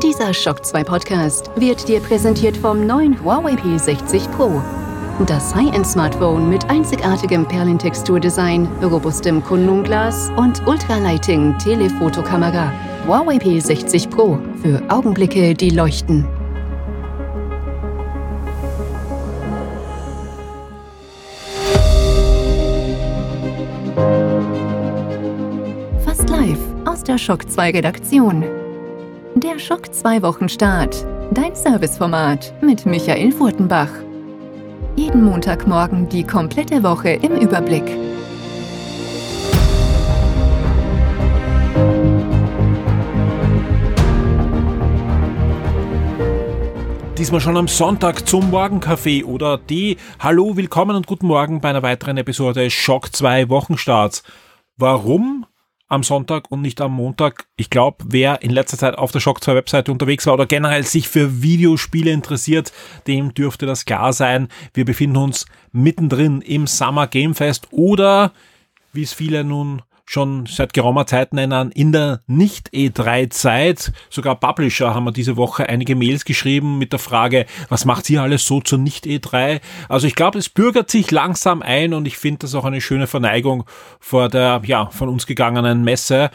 Dieser Shock 2 Podcast wird dir präsentiert vom neuen Huawei P60 Pro. Das High-End-Smartphone mit einzigartigem Perlentexturdesign, robustem Kunstglas und Ultralighting-Telefotokamera. Huawei P60 Pro für Augenblicke, die leuchten. Fast live aus der Shock 2 Redaktion. Der Shock 2 Wochenstart. Dein Serviceformat mit Michael Furtenbach. Jeden Montagmorgen die komplette Woche im Überblick. Diesmal schon am Sonntag zum Morgenkaffee oder Tee. Hallo, willkommen und guten Morgen bei einer weiteren Episode Shock 2 Wochenstarts. Warum am Sonntag und nicht am Montag? Ich glaube, wer in letzter Zeit auf der Shock 2 Webseite unterwegs war oder generell sich für Videospiele interessiert, dem dürfte das klar sein. Wir befinden uns mittendrin im Summer Game Fest oder, wie es viele nun schon seit geraumer Zeit nennen, in der Nicht-E3-Zeit. Sogar Publisher haben wir diese Woche einige Mails geschrieben mit der Frage, was macht ihr alles so zur Nicht-E3? Also ich glaube, es bürgert sich langsam ein und ich finde das auch eine schöne Verneigung vor der, von uns gegangenen Messe.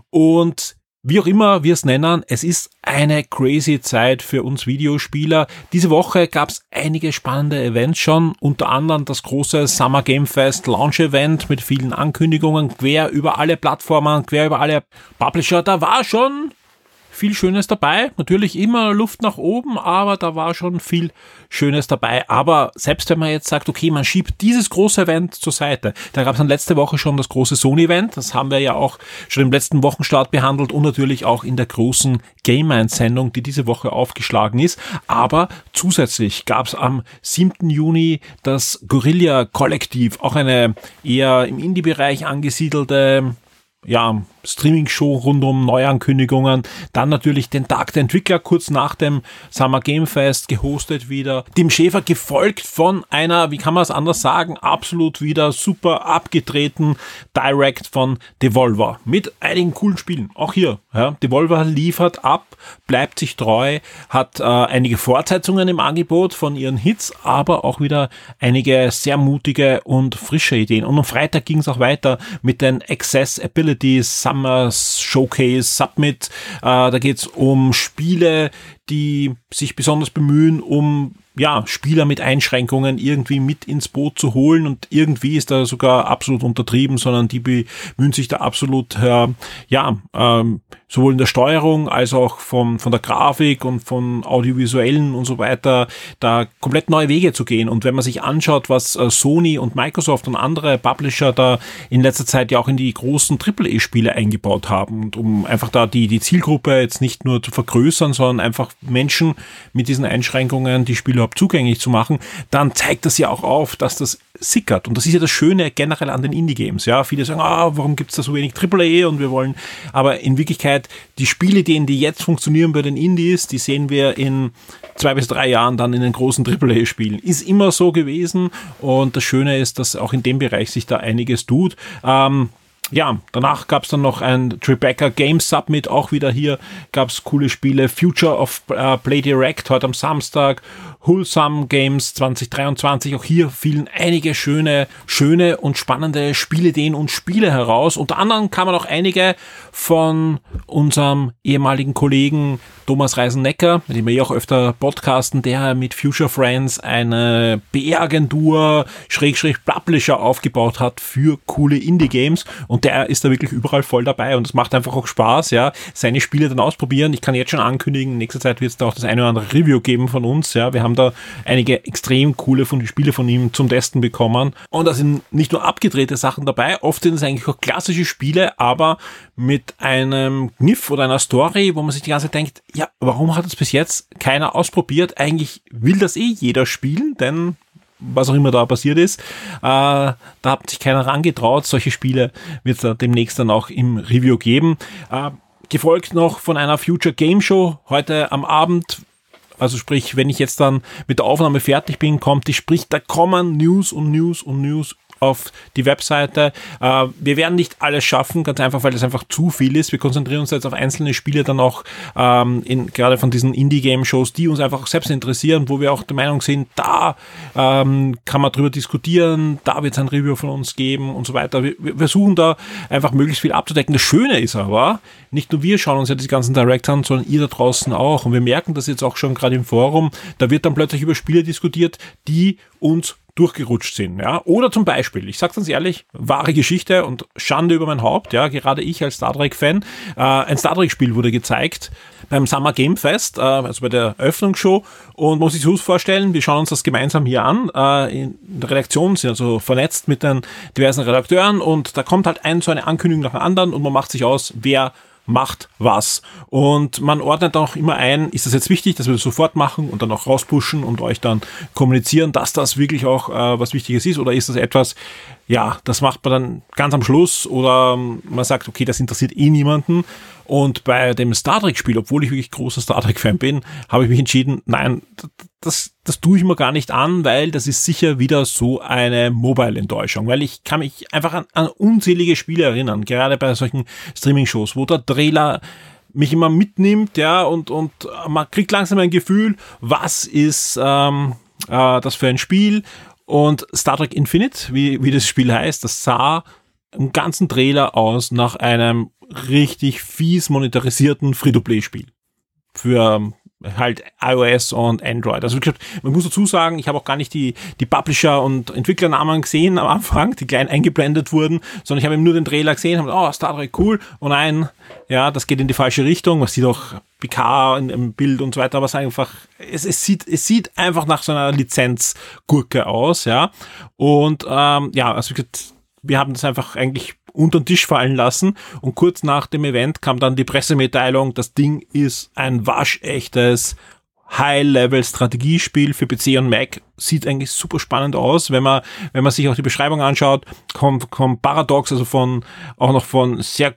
Und wie auch immer wir es nennen, es ist eine crazy Zeit für uns Videospieler. Diese Woche gab es einige spannende Events schon, unter anderem das große Summer Game Fest Launch Event mit vielen Ankündigungen, quer über alle Plattformen, quer über alle Publisher. Da war schon viel Schönes dabei, natürlich immer Luft nach oben, aber da war schon viel Schönes dabei. Aber selbst wenn man jetzt sagt, okay, man schiebt dieses große Event zur Seite, da gab es dann letzte Woche schon das große Sony-Event, das haben wir ja auch schon im letzten Wochenstart behandelt und natürlich auch in der großen Game Minds-Sendung, die diese Woche aufgeschlagen ist. Aber zusätzlich gab es am 7. Juni das Guerilla-Kollektiv, auch eine eher im Indie-Bereich angesiedelte Streaming-Show rund um Neuankündigungen, dann natürlich den Tag der Entwickler kurz nach dem Summer Game Fest gehostet wieder, Tim Schäfer gefolgt von einer, wie kann man es anders sagen, absolut wieder super abgetreten Direct von Devolver mit einigen coolen Spielen, auch hier, Devolver liefert ab, bleibt sich treu, hat einige Fortsetzungen im Angebot von ihren Hits, aber auch wieder einige sehr mutige und frische Ideen und am Freitag ging es auch weiter mit den Accessibility Summer Showcase Submit. Da geht es um Spiele, die sich besonders bemühen, um Spieler mit Einschränkungen irgendwie mit ins Boot zu holen und irgendwie ist da sogar absolut untertrieben, sondern die bemühen sich da absolut, sowohl in der Steuerung als auch von der Grafik und von Audiovisuellen und so weiter, da komplett neue Wege zu gehen. Und wenn man sich anschaut, was Sony und Microsoft und andere Publisher da in letzter Zeit ja auch in die großen AAA-Spiele eingebaut haben und um einfach da die Zielgruppe jetzt nicht nur zu vergrößern, sondern einfach Menschen mit diesen Einschränkungen die Spiele zugänglich zu machen, dann zeigt das ja auch auf, dass das sickert. Und das ist ja das Schöne generell an den Indie-Games. Ja, viele sagen, warum gibt es da so wenig AAA und wir wollen, aber in Wirklichkeit die Spielideen, die jetzt funktionieren bei den Indies, die sehen wir in 2 bis 3 Jahren dann in den großen AAA-Spielen. Ist immer so gewesen und das Schöne ist, dass auch in dem Bereich sich da einiges tut. Danach gab es dann noch ein Tribeca Games Submit, auch wieder hier gab es coole Spiele, Future of Play Direct heute am Samstag, Wholesome Games 2023, auch hier fielen einige schöne und spannende Spielideen und Spiele heraus. Unter anderem kamen auch einige von unserem ehemaligen Kollegen Thomas Reisennecker, mit dem wir ja auch öfter podcasten, der mit Future Friends eine PR-Agentur Publisher aufgebaut hat für coole Indie-Games und der ist da wirklich überall voll dabei und es macht einfach auch Spaß, seine Spiele dann ausprobieren. Ich kann jetzt schon ankündigen, in nächster Zeit wird es da auch das eine oder andere Review geben von uns, wir haben da einige extrem coole Spiele von ihm zum Testen bekommen und da sind nicht nur abgedrehte Sachen dabei, oft sind es eigentlich auch klassische Spiele, aber mit einem Kniff oder einer Story, wo man sich die ganze Zeit denkt, warum hat es bis jetzt keiner ausprobiert? Eigentlich will das jeder spielen, denn was auch immer da passiert ist, da hat sich keiner rangetraut. Solche Spiele wird es da demnächst dann auch im Review geben. Gefolgt noch von einer Future Game Show heute am Abend. Also sprich, wenn ich jetzt dann mit der Aufnahme fertig bin, da kommen News auf die Webseite. Wir werden nicht alles schaffen, ganz einfach, weil das einfach zu viel ist. Wir konzentrieren uns jetzt auf einzelne Spiele dann auch gerade von diesen Indie-Game-Shows, die uns einfach selbst interessieren, wo wir auch der Meinung sind, da kann man drüber diskutieren, da wird es ein Review von uns geben und so weiter. Wir versuchen da einfach möglichst viel abzudecken. Das Schöne ist aber, nicht nur wir schauen uns ja die ganzen Directs an, sondern ihr da draußen auch. Und wir merken das jetzt auch schon gerade im Forum, da wird dann plötzlich über Spiele diskutiert, die uns durchgerutscht sind, ja. Oder zum Beispiel, ich sag's ganz ehrlich, wahre Geschichte und Schande über mein Haupt, ja, gerade ich als Star Trek-Fan, ein Star Trek-Spiel wurde gezeigt beim Summer Game Fest, also bei der Eröffnungsshow, und muss ich so vorstellen, wir schauen uns das gemeinsam hier an, in der Redaktion sind also vernetzt mit den diversen Redakteuren und da kommt halt so eine Ankündigung nach der anderen und man macht sich aus, wer macht was. Und man ordnet auch immer ein, ist das jetzt wichtig, dass wir das sofort machen und dann auch rauspushen und euch dann kommunizieren, dass das wirklich auch was Wichtiges ist, oder ist das etwas, ja, das macht man dann ganz am Schluss, oder man sagt, okay, das interessiert eh niemanden. Und bei dem Star Trek-Spiel, obwohl ich wirklich großer Star Trek-Fan bin, habe ich mich entschieden, nein, das tue ich mir gar nicht an, weil das ist sicher wieder so eine Mobile-Enttäuschung, weil ich kann mich einfach an unzählige Spiele erinnern, gerade bei solchen Streaming-Shows, wo der Trailer mich immer mitnimmt, ja, und man kriegt langsam ein Gefühl, was ist das für ein Spiel. Und Star Trek Infinite, wie das Spiel heißt, das sah im ganzen Trailer aus nach einem richtig fies monetarisierten Free-to-Play-Spiel für halt iOS und Android. Also wie gesagt, man muss dazu sagen, ich habe auch gar nicht die Publisher- und Entwicklernamen gesehen am Anfang, die klein eingeblendet wurden, sondern ich habe eben nur den Trailer gesehen, habe gedacht, oh, Star Trek, cool, und nein, ja, das geht in die falsche Richtung, man sieht auch PK im Bild und so weiter, aber es einfach, es sieht einfach nach so einer Lizenzgurke aus, ja, und ja, also wie gesagt, wir haben das einfach eigentlich unter den Tisch fallen lassen und kurz nach dem Event kam dann die Pressemitteilung, das Ding ist ein waschechtes High-Level-Strategiespiel für PC und Mac, sieht eigentlich super spannend aus, wenn man sich auch die Beschreibung anschaut, kommt Paradox, also auch noch von sehr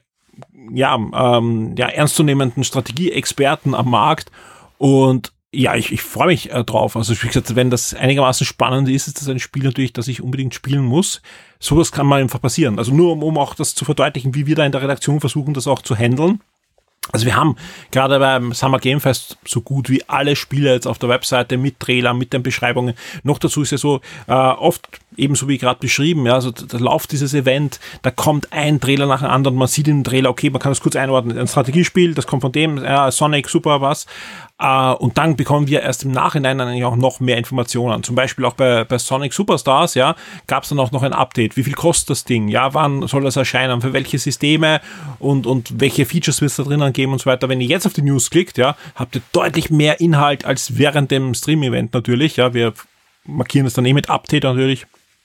ernstzunehmenden Strategieexperten am Markt, und ja, ich freue mich drauf. Also wie gesagt, wenn das einigermaßen spannend ist das ein Spiel natürlich, das ich unbedingt spielen muss. Sowas kann mal einfach passieren. Also nur um auch das zu verdeutlichen, wie wir da in der Redaktion versuchen, das auch zu handeln. Also wir haben gerade beim Summer Game Fest so gut wie alle Spiele jetzt auf der Webseite mit Trailern, mit den Beschreibungen. Noch dazu ist ja so oft ebenso wie gerade beschrieben, ja, also da läuft dieses Event, da kommt ein Trailer nach dem anderen, man sieht im Trailer, okay, man kann das kurz einordnen, ein Strategiespiel, das kommt von dem, Sonic, super, was. Und dann bekommen wir erst im Nachhinein dann eigentlich auch noch mehr Informationen. Zum Beispiel auch bei Sonic Superstars, ja, gab es dann auch noch ein Update. Wie viel kostet das Ding? Ja, wann soll das erscheinen? Für welche Systeme? Und welche Features wird es da drinnen geben und so weiter. Wenn ihr jetzt auf die News klickt, ja, habt ihr deutlich mehr Inhalt als während dem Stream-Event natürlich. Ja, wir markieren das dann mit Update natürlich.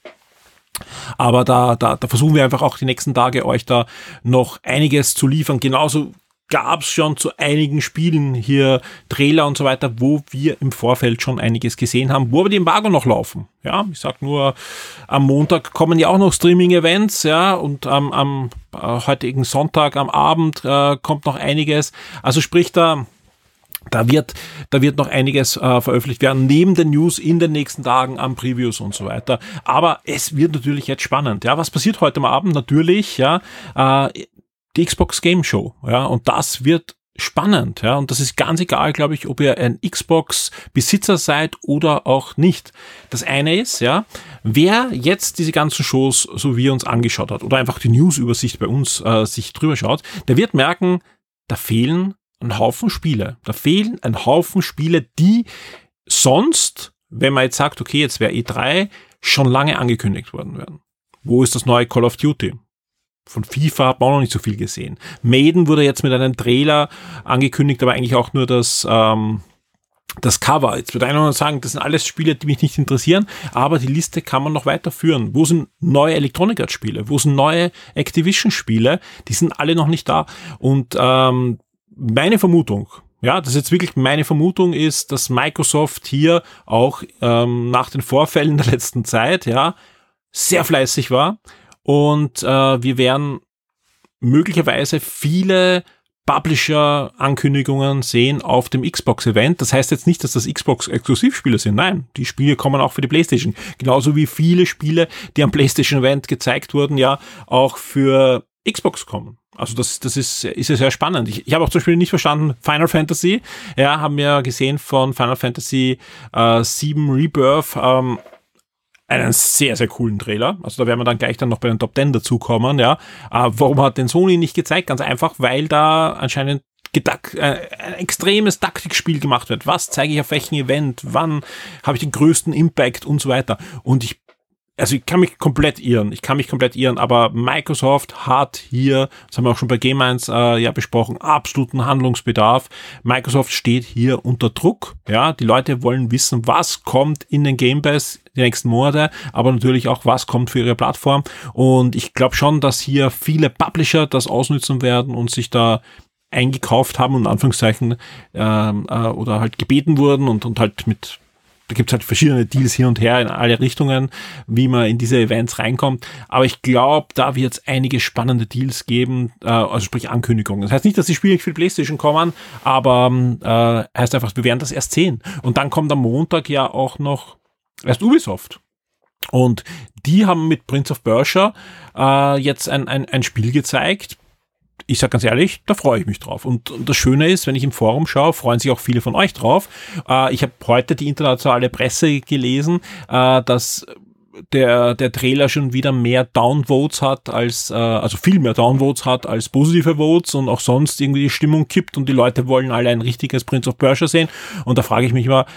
Aber da versuchen wir einfach auch die nächsten Tage euch da noch einiges zu liefern. Genauso gab es schon zu einigen Spielen hier Trailer und so weiter, wo wir im Vorfeld schon einiges gesehen haben, wo aber die Embargo noch laufen. Ja, ich sag nur, am Montag kommen ja auch noch Streaming-Events, ja, und am heutigen Sonntag am Abend kommt noch einiges. Also sprich da wird noch einiges veröffentlicht werden, neben den News in den nächsten Tagen, am Previews und so weiter. Aber es wird natürlich jetzt spannend. Ja, was passiert heute am Abend? Natürlich, ja, die Xbox Game Show, ja, und das wird spannend, ja, und das ist ganz egal, glaube ich, ob ihr ein Xbox-Besitzer seid oder auch nicht. Das eine ist, ja, wer jetzt diese ganzen Shows, so wie er uns angeschaut hat, oder einfach die News-Übersicht bei uns sich drüber schaut, der wird merken, da fehlen ein Haufen Spiele. Da fehlen ein Haufen Spiele, die sonst, wenn man jetzt sagt, okay, jetzt wäre E3, schon lange angekündigt worden wären. Wo ist das neue Call of Duty? Von FIFA hat man auch noch nicht so viel gesehen. Maiden wurde jetzt mit einem Trailer angekündigt, aber eigentlich auch nur das Cover. Jetzt wird einer noch sagen, das sind alles Spiele, die mich nicht interessieren, aber die Liste kann man noch weiterführen. Wo sind neue Electronic Arts Spiele? Wo sind neue Activision Spiele? Die sind alle noch nicht da. Und meine Vermutung, ja, das ist jetzt wirklich meine Vermutung, ist, dass Microsoft hier auch nach den Vorfällen der letzten Zeit, ja, sehr fleißig war. Und wir werden möglicherweise viele Publisher-Ankündigungen sehen auf dem Xbox-Event. Das heißt jetzt nicht, dass das Xbox-Exklusivspiele sind. Nein, die Spiele kommen auch für die PlayStation. Genauso wie viele Spiele, die am PlayStation-Event gezeigt wurden, ja auch für Xbox kommen. Also das ist ja sehr spannend. Ich habe auch zum Beispiel nicht verstanden, Final Fantasy, ja, haben wir gesehen von Final Fantasy 7 Rebirth, einen sehr, sehr coolen Trailer. Also da werden wir dann gleich dann noch bei den Top 10 dazukommen, ja. Warum hat den Sony nicht gezeigt? Ganz einfach, weil da anscheinend ein extremes Taktikspiel gemacht wird. Was zeige ich auf welchem Event? Wann habe ich den größten Impact und so weiter? Und ich kann mich komplett irren, aber Microsoft hat hier, das haben wir auch schon bei Game 1 besprochen, absoluten Handlungsbedarf. Microsoft steht hier unter Druck, ja, die Leute wollen wissen, was kommt in den Game Pass die nächsten Monate, aber natürlich auch, was kommt für ihre Plattform, und ich glaube schon, dass hier viele Publisher das ausnutzen werden und sich da eingekauft haben und in Anführungszeichen oder halt gebeten wurden und halt da gibt's halt verschiedene Deals hier und her in alle Richtungen, wie man in diese Events reinkommt. Aber ich glaube, da wird es einige spannende Deals geben, also sprich Ankündigungen. Das heißt nicht, dass die Spiele für die PlayStation kommen, aber heißt einfach, wir werden das erst sehen. Und dann kommt am Montag ja auch noch erst Ubisoft. Und die haben mit Prince of Persia jetzt ein Spiel gezeigt. Ich sag ganz ehrlich, da freue ich mich drauf. Und das Schöne ist, wenn ich im Forum schaue, freuen sich auch viele von euch drauf. Ich habe heute die internationale Presse gelesen, dass der Trailer schon wieder mehr Downvotes hat also viel mehr Downvotes hat als positive Votes und auch sonst irgendwie die Stimmung kippt und die Leute wollen alle ein richtiges Prince of Persia sehen. Und da frage ich mich immer,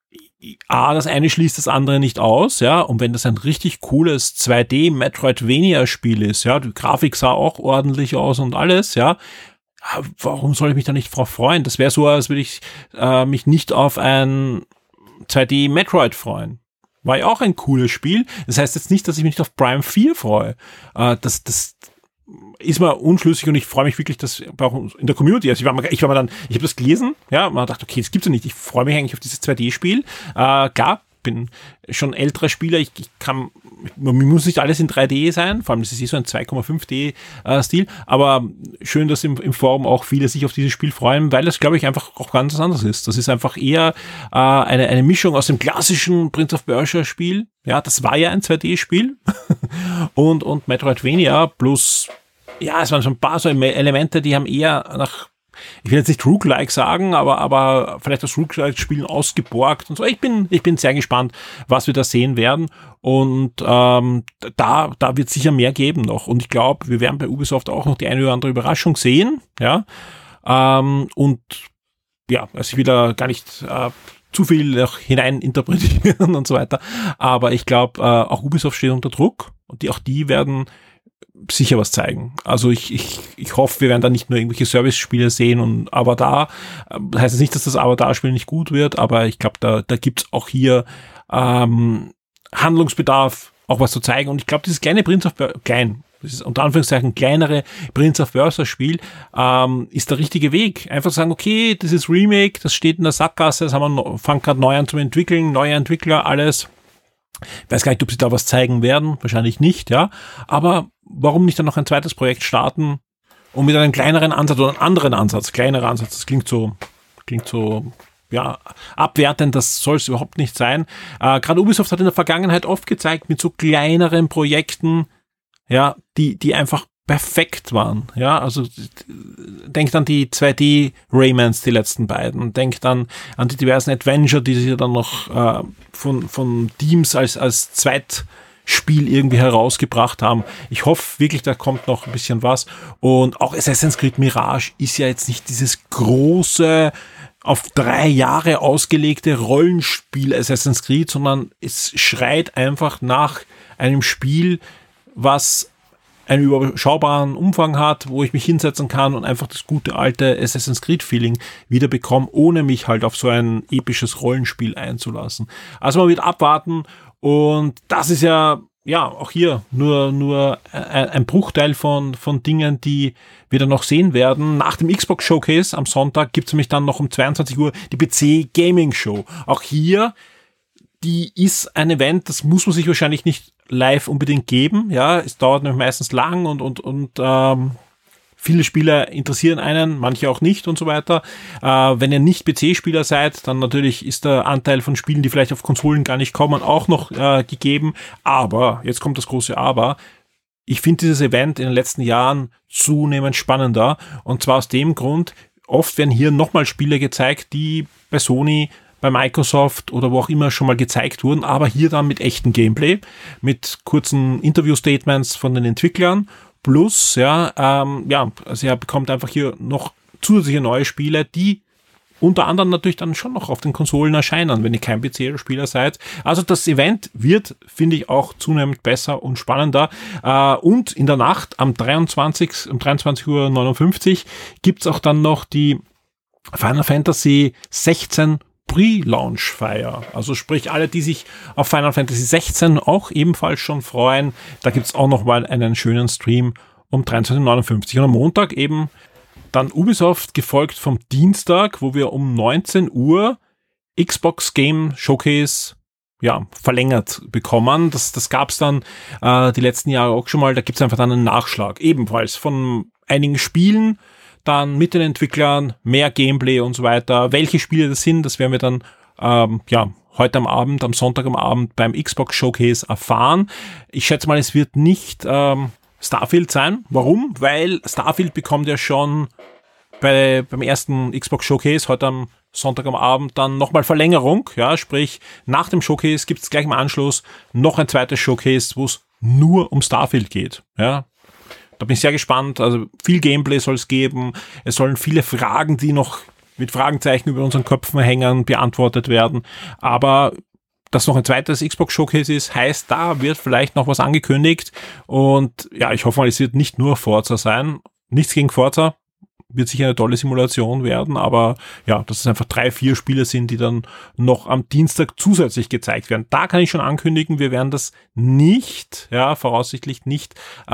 das eine schließt das andere nicht aus, ja, und wenn das ein richtig cooles 2D Metroidvania-Spiel ist, ja, die Grafik sah auch ordentlich aus und alles, ja, warum soll ich mich da nicht drauf freuen? Das wäre so, als würde ich mich nicht auf ein 2D Metroid freuen. War ja auch ein cooles Spiel. Das heißt jetzt nicht, dass ich mich nicht auf Prime 4 freue. Das ist mir unschlüssig und ich freue mich wirklich, dass auch in der Community, also ich habe das gelesen, ja, man dachte, okay, das gibt's ja nicht. Ich freue mich eigentlich auf dieses 2D-Spiel. Klar, bin schon älterer Spieler, mir muss nicht alles in 3D sein, vor allem das ist so ein 2,5D-Stil, aber schön, dass im Forum auch viele sich auf dieses Spiel freuen, weil das, glaube ich, einfach auch ganz anders ist. Das ist einfach eher eine Mischung aus dem klassischen Prince of Persia-Spiel, ja, das war ja ein 2D-Spiel, und Metroidvania plus, ja, es waren schon ein paar so Elemente, die haben eher nach, ich will jetzt nicht Roguelike sagen, aber vielleicht das Roguelike-Spielen ausgeborgt und so. Ich bin sehr gespannt, was wir da sehen werden, und da wird sicher mehr geben noch, und ich glaube, wir werden bei Ubisoft auch noch die eine oder andere Überraschung sehen, ja, und ja, also ich will da gar nicht zu viel noch hineininterpretieren und so weiter, aber ich glaube, auch Ubisoft steht unter Druck, und auch die werden sicher was zeigen. Also ich hoffe, wir werden da nicht nur irgendwelche Service-Spiele sehen und Avatar. Heißt es nicht, dass das Avatar-Spiel nicht gut wird, aber ich glaube, da gibt's auch hier Handlungsbedarf, auch was zu zeigen. Und ich glaube, dieses kleine das ist unter Anführungszeichen kleinere Prince of Persia Spiel, ist der richtige Weg. Einfach sagen, okay, das ist Remake, das steht in der Sackgasse, das fangen gerade neu an zu entwickeln, neue Entwickler, alles. Ich weiß gar nicht, ob sie da was zeigen werden, wahrscheinlich nicht, ja. Aber warum nicht dann noch ein zweites Projekt starten und mit einem kleineren Ansatz oder einem anderen Ansatz, kleinerer Ansatz, das klingt so, ja, abwertend, das soll es überhaupt nicht sein. Gerade Ubisoft hat in der Vergangenheit oft gezeigt, mit so kleineren Projekten, ja, die einfach perfekt waren, ja, also denkt an die 2D Raymans, die letzten beiden, denkt an die diversen Adventure, die sie dann noch von Teams als Zweitspiel irgendwie herausgebracht haben. Ich hoffe wirklich, da kommt noch ein bisschen was, und auch Assassin's Creed Mirage ist ja jetzt nicht dieses große, auf 3 Jahre ausgelegte Rollenspiel Assassin's Creed, sondern es schreit einfach nach einem Spiel, was einen überschaubaren Umfang hat, wo ich mich hinsetzen kann und einfach das gute alte Assassin's Creed Feeling wieder bekomme, ohne mich halt auf so ein episches Rollenspiel einzulassen. Also man wird abwarten, und das ist ja auch hier nur ein Bruchteil von Dingen, die wir dann noch sehen werden. Nach dem Xbox Showcase am Sonntag gibt's nämlich dann noch um 22 Uhr die PC Gaming Show. Auch hier, die ist ein Event, das muss man sich wahrscheinlich nicht live unbedingt geben, ja, es dauert nämlich meistens lang und viele Spiele interessieren einen, manche auch nicht und so weiter. Wenn ihr nicht PC-Spieler seid, dann natürlich ist der Anteil von Spielen, die vielleicht auf Konsolen gar nicht kommen, auch noch gegeben. Aber, jetzt kommt das große Aber, ich finde dieses Event in den letzten Jahren zunehmend spannender. Und zwar aus dem Grund, oft werden hier nochmal Spiele gezeigt, die bei Sony, bei Microsoft oder wo auch immer schon mal gezeigt wurden, aber hier dann mit echtem Gameplay, mit kurzen Interview-Statements von den Entwicklern, plus, also er bekommt einfach hier noch zusätzliche neue Spiele, die unter anderem natürlich dann schon noch auf den Konsolen erscheinen, wenn ihr kein PC-Spieler seid. Also das Event wird, finde ich, auch zunehmend besser und spannender. Und in der Nacht um 23:59 Uhr gibt's auch dann noch die Final Fantasy 16 Pre-Launch-Feier. Also sprich, alle, die sich auf Final Fantasy 16 auch ebenfalls schon freuen, da gibt's auch noch mal einen schönen Stream um 23:59 Uhr. Und am Montag eben dann Ubisoft, gefolgt vom Dienstag, wo wir um 19 Uhr Xbox Game Showcase verlängert bekommen. Das gab's dann die letzten Jahre auch schon mal. Da gibt's einfach dann einen Nachschlag. Ebenfalls von einigen Spielen, dann mit den Entwicklern, mehr Gameplay und so weiter. Welche Spiele das sind, das werden wir dann heute am Abend, am Sonntag am Abend beim Xbox Showcase erfahren. Ich schätze mal, es wird nicht Starfield sein. Warum? Weil Starfield bekommt ja schon beim ersten Xbox Showcase heute am Sonntag am Abend dann nochmal Verlängerung. Ja, sprich, nach dem Showcase gibt es gleich im Anschluss noch ein zweites Showcase, wo es nur um Starfield geht. Ja, da bin ich sehr gespannt. Also viel Gameplay soll es geben. Es sollen viele Fragen, die noch mit Fragezeichen über unseren Köpfen hängen, beantwortet werden. Aber dass noch ein zweites Xbox Showcase ist, heißt, da wird vielleicht noch was angekündigt. Und ja, ich hoffe mal, es wird nicht nur Forza sein. Nichts gegen Forza. Wird sicher eine tolle Simulation werden, aber ja, dass es einfach 3-4 Spiele sind, die dann noch am Dienstag zusätzlich gezeigt werden. Da kann ich schon ankündigen, wir werden das nicht, voraussichtlich nicht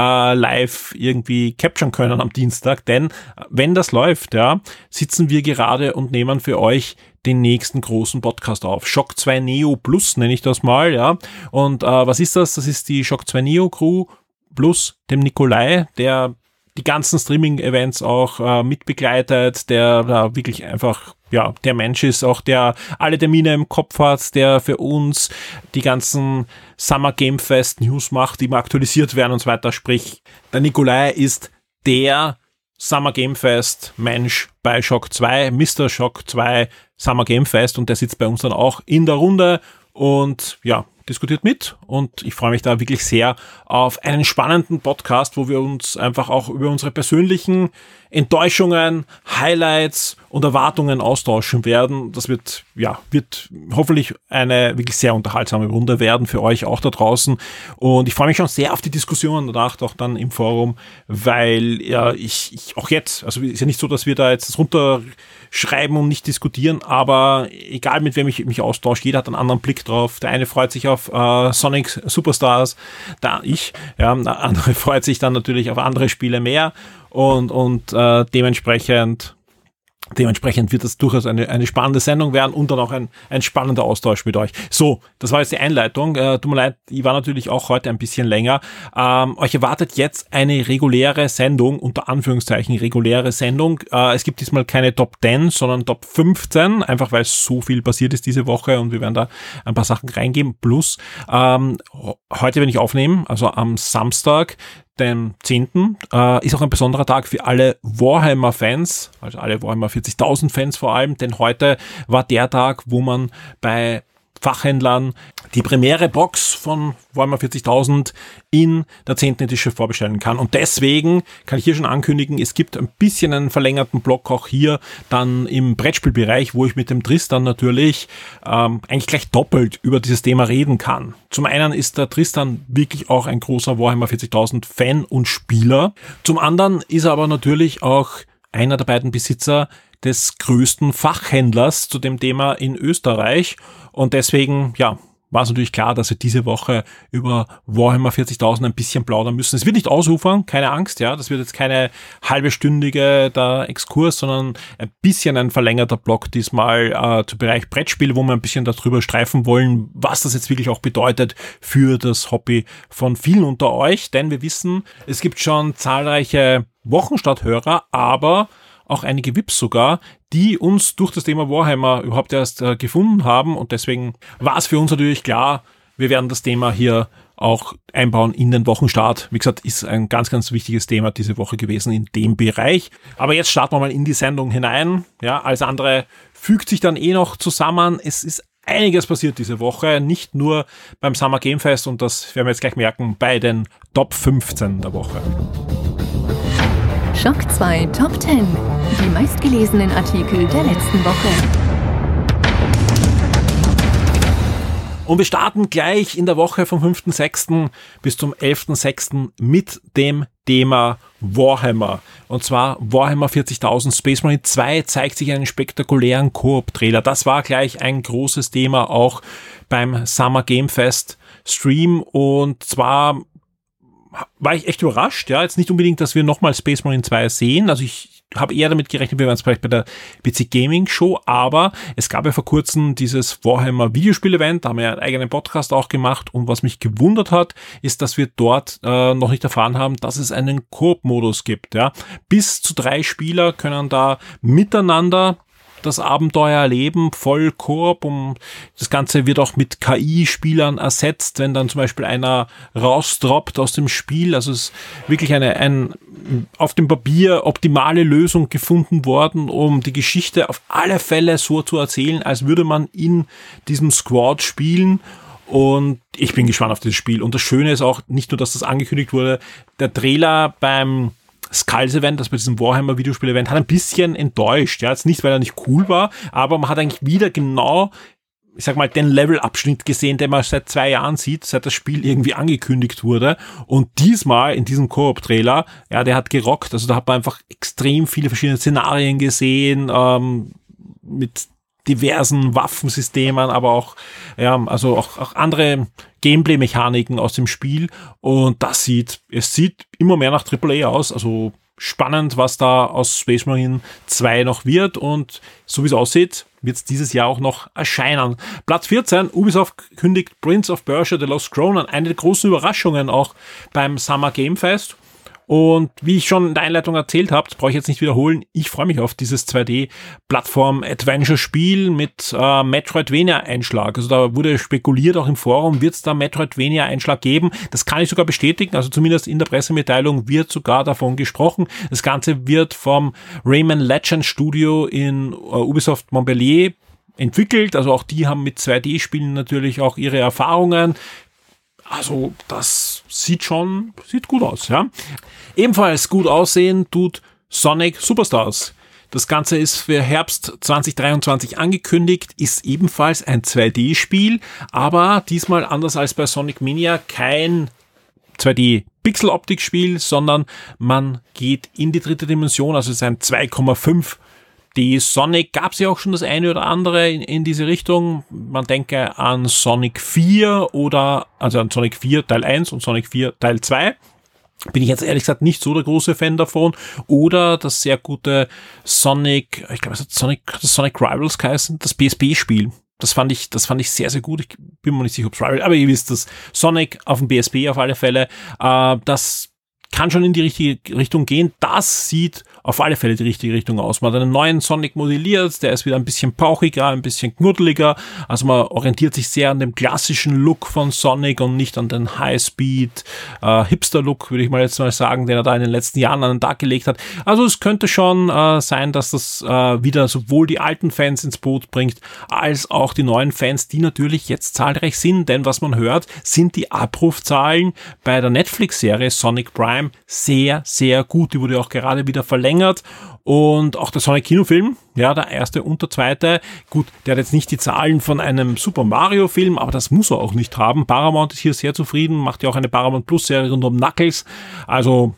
live irgendwie capturen können am Dienstag, denn wenn das läuft, sitzen wir gerade und nehmen für euch den nächsten großen Podcast auf. Shock 2 Neo Plus nenne ich das mal, Und was ist das? Das ist die Shock 2 Neo Crew plus dem Nikolai, der die ganzen Streaming-Events auch mitbegleitet, der da wirklich einfach, der Mensch ist, auch der alle Termine im Kopf hat, der für uns die ganzen Summer Game Fest News macht, die immer aktualisiert werden und so weiter. Sprich, der Nikolai ist der Summer Game Fest Mensch bei Shock 2, Mr. Shock 2 Summer Game Fest, und der sitzt bei uns dann auch in der Runde und diskutiert mit, und ich freue mich da wirklich sehr auf einen spannenden Podcast, wo wir uns einfach auch über unsere persönlichen Enttäuschungen, Highlights und Erwartungen austauschen werden. Das wird hoffentlich eine wirklich sehr unterhaltsame Runde werden für euch auch da draußen, und ich freue mich schon sehr auf die Diskussion danach auch dann im Forum, weil ich auch jetzt, also ist ja nicht so, dass wir da jetzt das runterschreiben und nicht diskutieren, aber egal mit wem ich mich austausche, jeder hat einen anderen Blick drauf. Der eine freut sich auf Sonic Superstars, der andere freut sich dann natürlich auf andere Spiele mehr, und dementsprechend wird das durchaus eine spannende Sendung werden und dann auch ein spannender Austausch mit euch. So, das war jetzt die Einleitung. Tut mir leid, ich war natürlich auch heute ein bisschen länger. Euch erwartet jetzt eine reguläre Sendung, unter Anführungszeichen reguläre Sendung. Es gibt diesmal keine Top 10, sondern Top 15, einfach weil so viel passiert ist diese Woche, und wir werden da ein paar Sachen reingeben. Plus, heute, wenn ich aufnehme, also am Samstag, dem 10. Ist auch ein besonderer Tag für alle Warhammer-Fans, also alle Warhammer 40.000 Fans vor allem, denn heute war der Tag, wo man bei Fachhändlern die Premiere-Box von Warhammer 40.000 in der 10. Edition vorbestellen kann. Und deswegen kann ich hier schon ankündigen, es gibt ein bisschen einen verlängerten Block auch hier dann im Brettspielbereich, wo ich mit dem Tristan natürlich eigentlich gleich doppelt über dieses Thema reden kann. Zum einen ist der Tristan wirklich auch ein großer Warhammer 40.000 Fan und Spieler. Zum anderen ist er aber natürlich auch einer der beiden Besitzer des größten Fachhändlers zu dem Thema in Österreich. Und deswegen, war es natürlich klar, dass wir diese Woche über Warhammer 40.000 ein bisschen plaudern müssen. Es wird nicht ausufern, keine Angst, ja, das wird jetzt keine halbstündige Exkurs, sondern ein bisschen ein verlängerter Block diesmal zum Bereich Brettspiel, wo wir ein bisschen darüber streifen wollen, was das jetzt wirklich auch bedeutet für das Hobby von vielen unter euch, denn wir wissen, es gibt schon zahlreiche Wochenstarthörer, aber auch einige VIPs sogar, die uns durch das Thema Warhammer überhaupt erst gefunden haben, und deswegen war es für uns natürlich klar, wir werden das Thema hier auch einbauen in den Wochenstart. Wie gesagt, ist ein ganz, ganz wichtiges Thema diese Woche gewesen in dem Bereich. Aber jetzt starten wir mal in die Sendung hinein. Ja, alles andere fügt sich dann noch zusammen. Es ist einiges passiert diese Woche, nicht nur beim Summer Game Fest, und das werden wir jetzt gleich merken, bei den Top 15 der Woche. Shock 2 Top 10. Die meistgelesenen Artikel der letzten Woche. Und wir starten gleich in der Woche vom 5.6. bis zum 11.6. mit dem Thema Warhammer. Und zwar Warhammer 40.000 Space Marine 2 zeigt sich einen spektakulären Koop-Trailer. Das war gleich ein großes Thema auch beim Summer Game Fest Stream, und zwar war ich echt überrascht, ja, jetzt nicht unbedingt, dass wir nochmal Space Marine 2 sehen, also ich habe eher damit gerechnet, wir waren es vielleicht bei der PC Gaming Show, aber es gab ja vor kurzem dieses Warhammer Videospiel-Event, da haben wir einen eigenen Podcast auch gemacht, und was mich gewundert hat, ist, dass wir dort noch nicht erfahren haben, dass es einen Koop-Modus gibt, ja. Bis zu 3 Spieler können da miteinander das Abenteuer erleben, voll Koop, und das Ganze wird auch mit KI-Spielern ersetzt, wenn dann zum Beispiel einer rausdroppt aus dem Spiel. Also es ist wirklich eine auf dem Papier optimale Lösung gefunden worden, um die Geschichte auf alle Fälle so zu erzählen, als würde man in diesem Squad spielen. Und ich bin gespannt auf dieses Spiel. Und das Schöne ist auch nicht nur, dass das angekündigt wurde, der Trailer beim Skulls-Event, das bei diesem Warhammer-Videospiel-Event, hat ein bisschen enttäuscht. Ja, jetzt nicht, weil er nicht cool war, aber man hat eigentlich wieder genau, ich sag mal, den Level-Abschnitt gesehen, den man seit 2 Jahren sieht, seit das Spiel irgendwie angekündigt wurde. Und diesmal in diesem Koop-Trailer, ja, der hat gerockt. Also da hat man einfach extrem viele verschiedene Szenarien gesehen, mit diversen Waffensystemen, aber auch, ja, also auch andere Gameplay-Mechaniken aus dem Spiel, und es sieht immer mehr nach AAA aus, also spannend, was da aus Space Marine 2 noch wird, und so wie es aussieht, wird es dieses Jahr auch noch erscheinen. Platz 14, Ubisoft kündigt Prince of Persia: The Lost Crown an, eine der großen Überraschungen auch beim Summer Game Fest. Und wie ich schon in der Einleitung erzählt habe, brauche ich jetzt nicht wiederholen, ich freue mich auf dieses 2D-Plattform-Adventure-Spiel mit Metroidvania-Einschlag. Also da wurde spekuliert, auch im Forum, wird es da Metroidvania-Einschlag geben? Das kann ich sogar bestätigen, also zumindest in der Pressemitteilung wird sogar davon gesprochen. Das Ganze wird vom Rayman Legends Studio in Ubisoft Montpellier entwickelt, also auch die haben mit 2D-Spielen natürlich auch ihre Erfahrungen. Also das sieht gut aus, ja. Ebenfalls gut aussehen tut Sonic Superstars. Das Ganze ist für Herbst 2023 angekündigt, ist ebenfalls ein 2D-Spiel, aber diesmal anders als bei Sonic Mania kein 2D-Pixel-Optik-Spiel, sondern man geht in die 3. Dimension, also es ist ein 2,5 Die Sonic gab es ja auch schon das eine oder andere in diese Richtung. Man denke an Sonic 4 also an Sonic 4 Teil 1 und Sonic 4 Teil 2. Bin ich jetzt ehrlich gesagt nicht so der große Fan davon. Oder das sehr gute Sonic, ich glaube, es hat Sonic Rivals geheißen, das PSP-Spiel. Das fand ich sehr, sehr gut. Ich bin mir nicht sicher, ob es Rivals, aber ihr wisst das. Sonic auf dem PSP auf alle Fälle. Das kann schon in die richtige Richtung gehen. Das sieht auf alle Fälle die richtige Richtung aus. Man hat einen neuen Sonic modelliert, der ist wieder ein bisschen pauchiger, ein bisschen knuddeliger. Also man orientiert sich sehr an dem klassischen Look von Sonic und nicht an den High-Speed Hipster-Look, würde ich mal jetzt mal sagen, den er da in den letzten Jahren an den Tag gelegt hat. Also es könnte schon sein, dass das wieder sowohl die alten Fans ins Boot bringt, als auch die neuen Fans, die natürlich jetzt zahlreich sind, denn was man hört, sind die Abrufzahlen bei der Netflix-Serie Sonic Prime sehr, sehr gut. Die wurde auch gerade wieder verlängert. Und auch der Sonic-Kinofilm, ja, der erste und der zweite, gut, der hat jetzt nicht die Zahlen von einem Super Mario-Film, aber das muss er auch nicht haben. Paramount ist hier sehr zufrieden, macht ja auch eine Paramount Plus-Serie rund um Knuckles. Also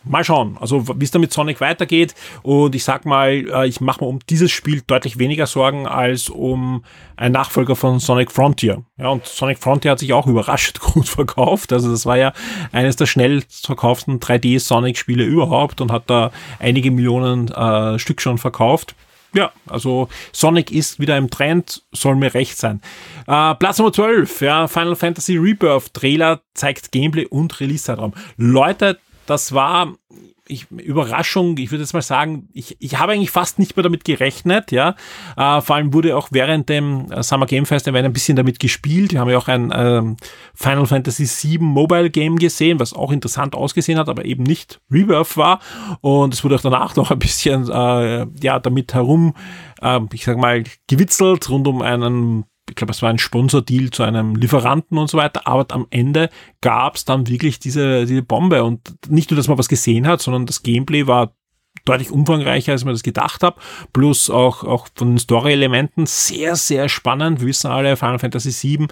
mal schauen, also wie es da mit Sonic weitergeht. Und ich sag mal, ich mache mir um dieses Spiel deutlich weniger Sorgen als um einen Nachfolger von Sonic Frontier. Ja, und Sonic Frontier hat sich auch überraschend gut verkauft. Also das war ja eines der schnellst verkauften 3D-Sonic-Spiele überhaupt und hat da einige Millionen Stück schon verkauft. Ja, also Sonic ist wieder im Trend, soll mir recht sein. Platz Nummer 12, ja, Final Fantasy Rebirth Trailer zeigt Gameplay und Release-Zeitraum. Leute, das war Überraschung, ich würde jetzt mal sagen, ich habe eigentlich fast nicht mehr damit gerechnet, ja. Vor allem wurde auch während dem Summer Game Fest ein bisschen damit gespielt. Wir haben ja auch ein Final Fantasy VII Mobile Game gesehen, was auch interessant ausgesehen hat, aber eben nicht Rebirth war. Und es wurde auch danach noch ein bisschen damit herum, ich sag mal, gewitzelt rund um einen, ich glaube, es war ein Sponsordeal zu einem Lieferanten und so weiter, aber am Ende gab es dann wirklich diese Bombe und nicht nur, dass man was gesehen hat, sondern das Gameplay war deutlich umfangreicher, als man das gedacht habe, plus auch von den Story-Elementen sehr, sehr spannend. Wir wissen alle, Final Fantasy VII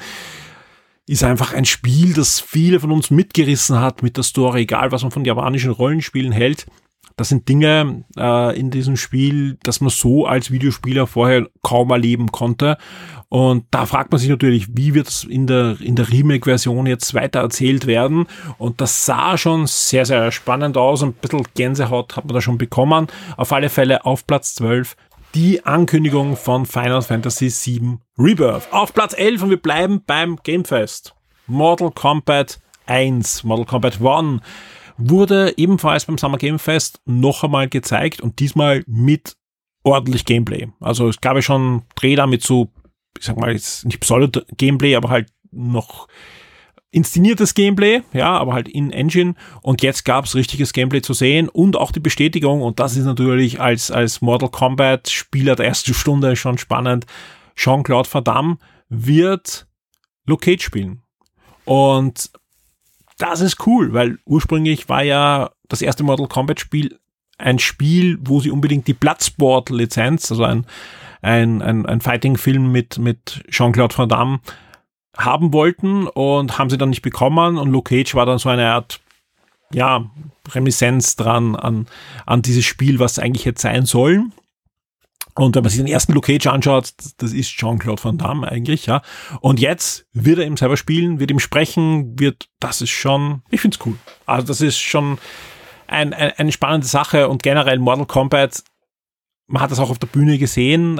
ist einfach ein Spiel, das viele von uns mitgerissen hat mit der Story, egal was man von japanischen Rollenspielen hält. Das sind Dinge in diesem Spiel, dass man so als Videospieler vorher kaum erleben konnte. Und da fragt man sich natürlich, wie wird es in der Remake-Version jetzt weiter erzählt werden? Und das sah schon sehr, sehr spannend aus. Ein bisschen Gänsehaut hat man da schon bekommen. Auf alle Fälle auf Platz 12 die Ankündigung von Final Fantasy VII Rebirth. Auf Platz 11 und wir bleiben beim Gamefest. Mortal Kombat 1, Mortal Kombat 1 wurde ebenfalls beim Summer Game Fest noch einmal gezeigt und diesmal mit ordentlich Gameplay. Also es gab ja schon Trailer mit so, ich sag mal jetzt nicht Pseudo-Gameplay, aber halt noch inszeniertes Gameplay, ja, aber halt in Engine und jetzt gab's richtiges Gameplay zu sehen und auch die Bestätigung und das ist natürlich als Mortal Kombat Spieler der ersten Stunde schon spannend. Jean-Claude Van Damme wird Luke Cage spielen und das ist cool, weil ursprünglich war ja das erste Mortal Kombat Spiel ein Spiel, wo sie unbedingt die Bloodsport-Lizenz, also ein Fighting-Film mit Jean-Claude Van Damme haben wollten und haben sie dann nicht bekommen und Luke Cage war dann so eine Art, ja, Reminiszenz dran an dieses Spiel, was eigentlich hätte sein sollen. Und wenn man sich den ersten Luke Cage anschaut, das ist Jean-Claude Van Damme eigentlich, ja. Und jetzt wird er ihm selber spielen, wird ihm sprechen, das ist schon, ich find's cool. Also das ist schon eine spannende Sache und generell Mortal Kombat, man hat das auch auf der Bühne gesehen,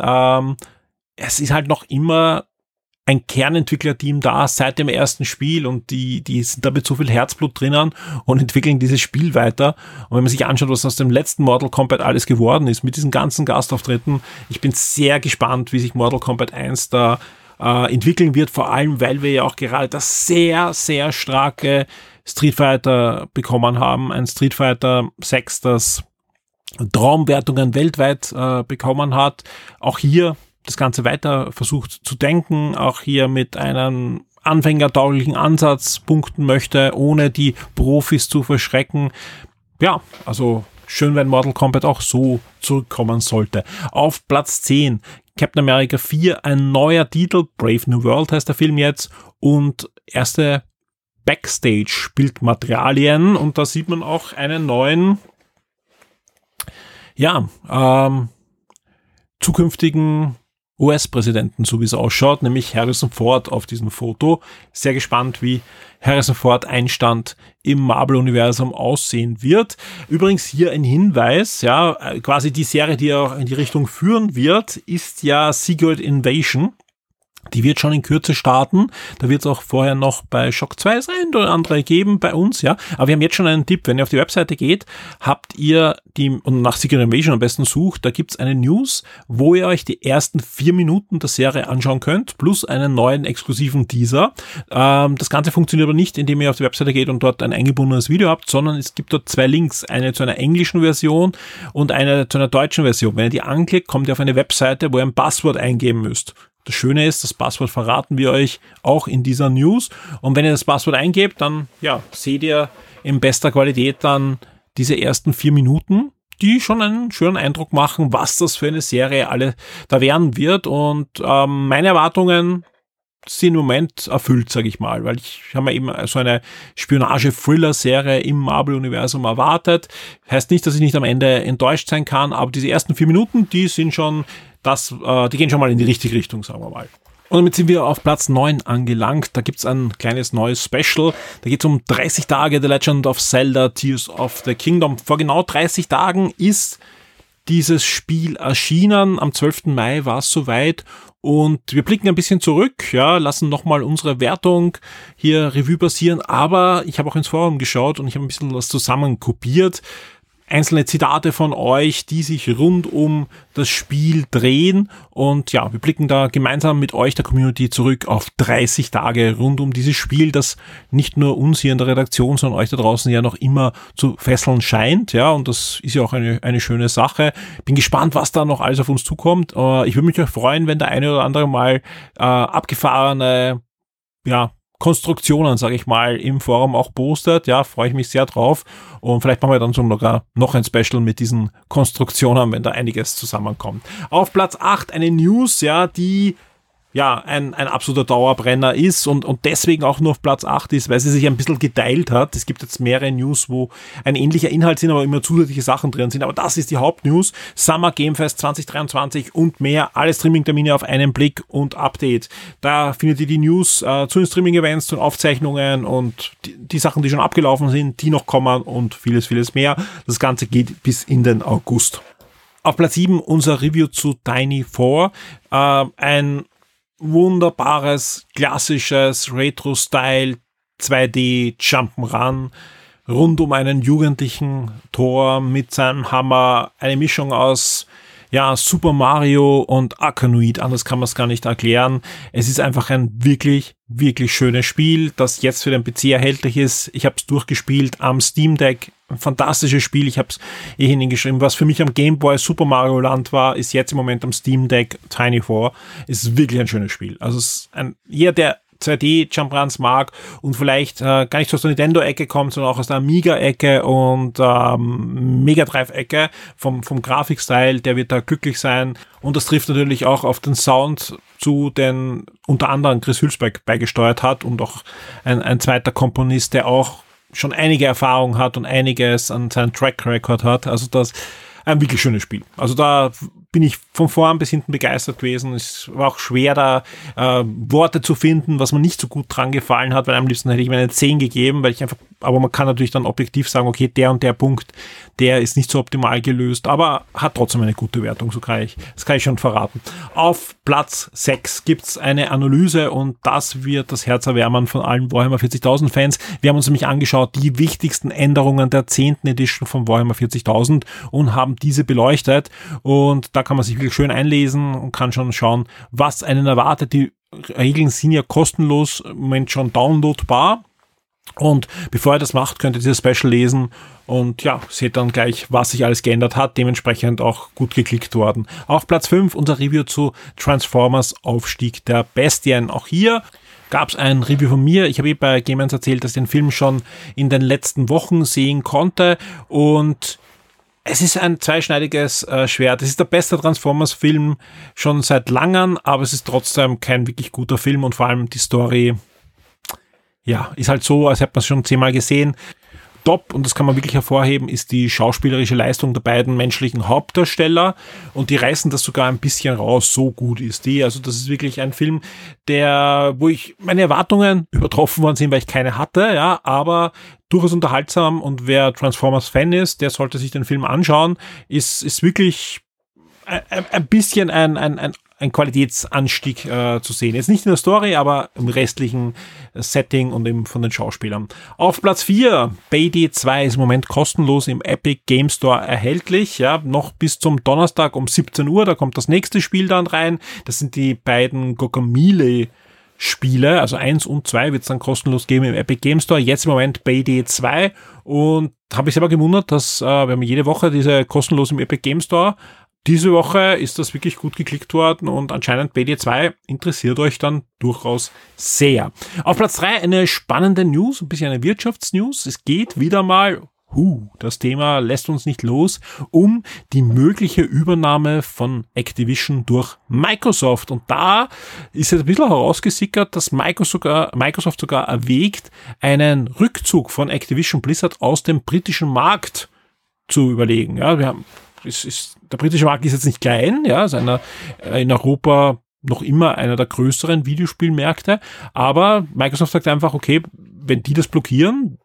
es ist halt noch immer ein Kernentwicklerteam da seit dem ersten Spiel und die sind da mit so viel Herzblut drinnen und entwickeln dieses Spiel weiter. Und wenn man sich anschaut, was aus dem letzten Mortal Kombat alles geworden ist, mit diesen ganzen Gastauftritten, ich bin sehr gespannt, wie sich Mortal Kombat 1 da entwickeln wird, vor allem, weil wir ja auch gerade das sehr, sehr starke Street Fighter bekommen haben, ein Street Fighter 6, das Traumwertungen weltweit bekommen hat. Auch hier das Ganze weiter versucht zu denken, auch hier mit einem anfängertauglichen Ansatz punkten möchte, ohne die Profis zu verschrecken. Ja, also schön, wenn Mortal Kombat auch so zurückkommen sollte. Auf Platz 10, Captain America 4, ein neuer Titel, Brave New World heißt der Film jetzt, und erste Backstage-Bildmaterialien, und da sieht man auch einen neuen, zukünftigen US-Präsidenten, so wie es ausschaut, nämlich Harrison Ford auf diesem Foto. Sehr gespannt, wie Harrison Ford Einstand im Marvel-Universum aussehen wird. Übrigens hier ein Hinweis, ja, quasi die Serie, die auch in die Richtung führen wird, ist ja Secret Invasion. Die wird schon in Kürze starten. Da wird es auch vorher noch bei Shock 2 das ein oder andere geben bei uns, ja. Aber wir haben jetzt schon einen Tipp. Wenn ihr auf die Webseite geht, habt ihr und nach Secret Invasion am besten sucht, da gibt's eine News, wo ihr euch die ersten 4 Minuten der Serie anschauen könnt, plus einen neuen exklusiven Teaser. Das Ganze funktioniert aber nicht, indem ihr auf die Webseite geht und dort ein eingebundenes Video habt, sondern es gibt dort 2 Links. Eine zu einer englischen Version und eine zu einer deutschen Version. Wenn ihr die anklickt, kommt ihr auf eine Webseite, wo ihr ein Passwort eingeben müsst. Das Schöne ist, das Passwort verraten wir euch auch in dieser News. Und wenn ihr das Passwort eingebt, dann seht ihr in bester Qualität dann diese ersten 4 Minuten, die schon einen schönen Eindruck machen, was das für eine Serie alle da werden wird. Und meine Erwartungen sie im Moment erfüllt, sage ich mal, weil ich habe mir eben so eine Spionage-Thriller-Serie im Marvel-Universum erwartet. Heißt nicht, dass ich nicht am Ende enttäuscht sein kann, aber diese ersten 4 Minuten, die gehen schon mal in die richtige Richtung, sagen wir mal. Und damit sind wir auf Platz 9 angelangt. Da gibt's ein kleines neues Special. Da geht's um 30 Tage The Legend of Zelda Tears of the Kingdom. Vor genau 30 Tagen ist dieses Spiel erschienen. Am 12. Mai war es soweit. Und wir blicken ein bisschen zurück, ja, lassen nochmal unsere Wertung hier Revue passieren. Aber ich habe auch ins Forum geschaut und ich habe ein bisschen was zusammenkopiert. Einzelne Zitate von euch, die sich rund um das Spiel drehen. Und ja, wir blicken da gemeinsam mit euch, der Community, zurück auf 30 Tage rund um dieses Spiel, das nicht nur uns hier in der Redaktion, sondern euch da draußen ja noch immer zu fesseln scheint. Ja, und das ist ja auch eine schöne Sache. Bin gespannt, was da noch alles auf uns zukommt. Ich würde mich auch freuen, wenn der eine oder andere mal abgefahrene, ja, Konstruktionen, sage ich mal, im Forum auch postet. Ja, freue ich mich sehr drauf. Und vielleicht machen wir dann sogar noch ein Special mit diesen Konstruktionen, wenn da einiges zusammenkommt. Auf Platz 8 eine News, ja, die ja ein absoluter Dauerbrenner ist und deswegen auch nur auf Platz 8 ist, weil sie sich ein bisschen geteilt hat. Es gibt jetzt mehrere News, wo ein ähnlicher Inhalt sind, aber immer zusätzliche Sachen drin sind. Aber das ist die Hauptnews. Summer Game Fest 2023 und mehr. Alle Streaming-Termine auf einen Blick und Update. Da findet ihr die News zu den Streaming-Events, zu den Aufzeichnungen und die Sachen, die schon abgelaufen sind, die noch kommen und vieles, vieles mehr. Das Ganze geht bis in den August. Auf Platz 7 unser Review zu Tiny 4. Ein wunderbares, klassisches Retro-Style 2D Jump'n'Run rund um einen jugendlichen Thor mit seinem Hammer, eine Mischung aus Super Mario und Arkanoid, anders kann man es gar nicht erklären. Es ist einfach ein wirklich, wirklich schönes Spiel, das jetzt für den PC erhältlich ist. Ich habe es durchgespielt am Steam Deck. Ein fantastisches Spiel. Ich habe es hingeschrieben. Was für mich am Game Boy Super Mario Land war, ist jetzt im Moment am Steam Deck Tiny 4. Ist wirklich ein schönes Spiel. Also es ist jeder, der 2D Jump'n'Runs mag und vielleicht gar nicht so aus der Nintendo-Ecke kommt, sondern auch aus der Amiga-Ecke und Mega Drive-Ecke vom Grafikstyle, der wird da glücklich sein. Und das trifft natürlich auch auf den Sound zu, den unter anderem Chris Hülsbeck beigesteuert hat und auch ein zweiter Komponist, der auch schon einige Erfahrung hat und einiges an seinem Track Record hat. Also das ein wirklich schönes Spiel. Also da bin ich von vorn bis hinten begeistert gewesen. Es war auch schwer, da Worte zu finden, was mir nicht so gut dran gefallen hat, weil am liebsten hätte ich mir eine 10 gegeben, weil ich einfach, aber man kann natürlich dann objektiv sagen, okay, der und der Punkt, der ist nicht so optimal gelöst, aber hat trotzdem eine gute Wertung, das kann ich schon verraten. Auf Platz 6 gibt's eine Analyse und das wird das Herz erwärmen von allen Warhammer 40.000 Fans. Wir haben uns nämlich angeschaut, die wichtigsten Änderungen der 10. Edition von Warhammer 40.000 und haben diese beleuchtet und da kann man sich wirklich schön einlesen und kann schon schauen, was einen erwartet. Die Regeln sind ja kostenlos im Moment schon downloadbar. Und bevor ihr das macht, könnt ihr dieses Special lesen und ja, seht dann gleich, was sich alles geändert hat, dementsprechend auch gut geklickt worden. Auf Platz 5 unser Review zu Transformers Aufstieg der Bestien. Auch hier gab es ein Review von mir. Ich habe bei Game 1 erzählt, dass ich den Film schon in den letzten Wochen sehen konnte und es ist ein zweischneidiges Schwert. Es ist der beste Transformers-Film schon seit langem, aber es ist trotzdem kein wirklich guter Film und vor allem die Story, ja, ist halt so, als hätte man es schon 10-mal gesehen. Top, und das kann man wirklich hervorheben, ist die schauspielerische Leistung der beiden menschlichen Hauptdarsteller und die reißen das sogar ein bisschen raus, so gut ist die. Also das ist wirklich ein Film, wo meine Erwartungen übertroffen worden sind, weil ich keine hatte, ja, aber durchaus unterhaltsam und wer Transformers-Fan ist, der sollte sich den Film anschauen, ist wirklich ein bisschen ein Qualitätsanstieg zu sehen. Jetzt nicht in der Story, aber im restlichen Setting und eben von den Schauspielern. Auf Platz 4, Payday 2 ist im Moment kostenlos im Epic Game Store erhältlich. Ja, noch bis zum Donnerstag um 17 Uhr, da kommt das nächste Spiel dann rein. Das sind die beiden Guacamelee Spiele, also 1 und 2 wird es dann kostenlos geben im Epic Game Store. Jetzt im Moment Payday 2 und habe ich selber gewundert, dass wir haben jede Woche diese kostenlos im Epic Game Store. Diese Woche ist das wirklich gut geklickt worden und anscheinend Payday 2 interessiert euch dann durchaus sehr. Auf Platz 3 eine spannende News, ein bisschen eine Wirtschaftsnews. Es geht wieder mal Das Thema lässt uns nicht los, um die mögliche Übernahme von Activision durch Microsoft. Und da ist jetzt ein bisschen herausgesickert, dass Microsoft sogar erwägt, einen Rückzug von Activision Blizzard aus dem britischen Markt zu überlegen. Ja, der britische Markt ist jetzt nicht klein, ja, ist in Europa noch immer einer der größeren Videospielmärkte, aber Microsoft sagt einfach, okay, wenn die das blockieren,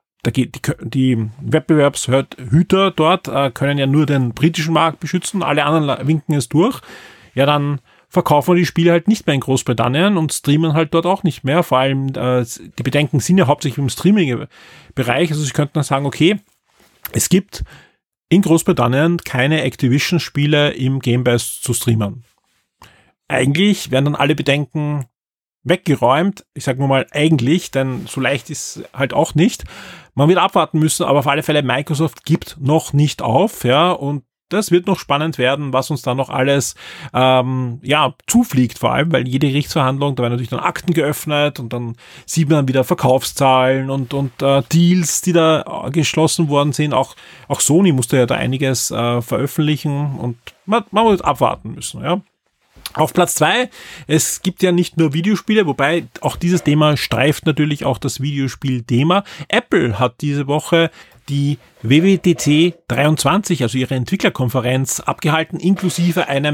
die Wettbewerbshüter dort können ja nur den britischen Markt beschützen, alle anderen winken es durch, ja, dann verkaufen wir die Spiele halt nicht mehr in Großbritannien und streamen halt dort auch nicht mehr, vor allem die Bedenken sind ja hauptsächlich im Streaming-Bereich, also sie könnten dann sagen, okay, es gibt in Großbritannien keine Activision-Spiele im Game Pass zu streamen. Eigentlich werden dann alle Bedenken weggeräumt. Ich sage nur mal eigentlich, denn so leicht ist halt auch nicht. Man wird abwarten müssen, aber auf alle Fälle Microsoft gibt noch nicht auf, ja, und das wird noch spannend werden, was uns da noch alles zufliegt, vor allem, weil jede Gerichtsverhandlung, da werden natürlich dann Akten geöffnet und dann sieht man wieder Verkaufszahlen und Deals, die da geschlossen worden sind. Auch Sony musste ja da einiges veröffentlichen und man wird abwarten müssen, ja. Auf Platz 2, es gibt ja nicht nur Videospiele, wobei auch dieses Thema streift natürlich auch das Videospiel-Thema. Apple hat diese Woche die WWDC 23, also ihre Entwicklerkonferenz, abgehalten, inklusive einem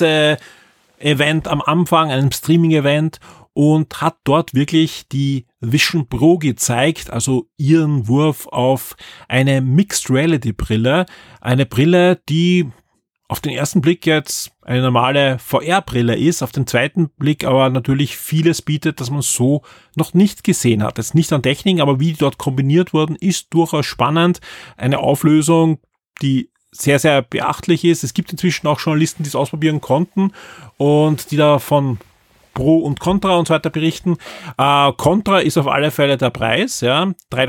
Presse-Event am Anfang, einem Streaming-Event, und hat dort wirklich die Vision Pro gezeigt, also ihren Wurf auf eine Mixed Reality Brille, eine Brille, die auf den ersten Blick jetzt eine normale VR-Brille ist, auf den zweiten Blick aber natürlich vieles bietet, das man so noch nicht gesehen hat. Jetzt nicht an Technik, aber wie die dort kombiniert wurden, ist durchaus spannend. Eine Auflösung, die sehr, sehr beachtlich ist. Es gibt inzwischen auch Journalisten, die es ausprobieren konnten und die da von Pro und Contra und so weiter berichten. Contra ist auf alle Fälle der Preis, ja,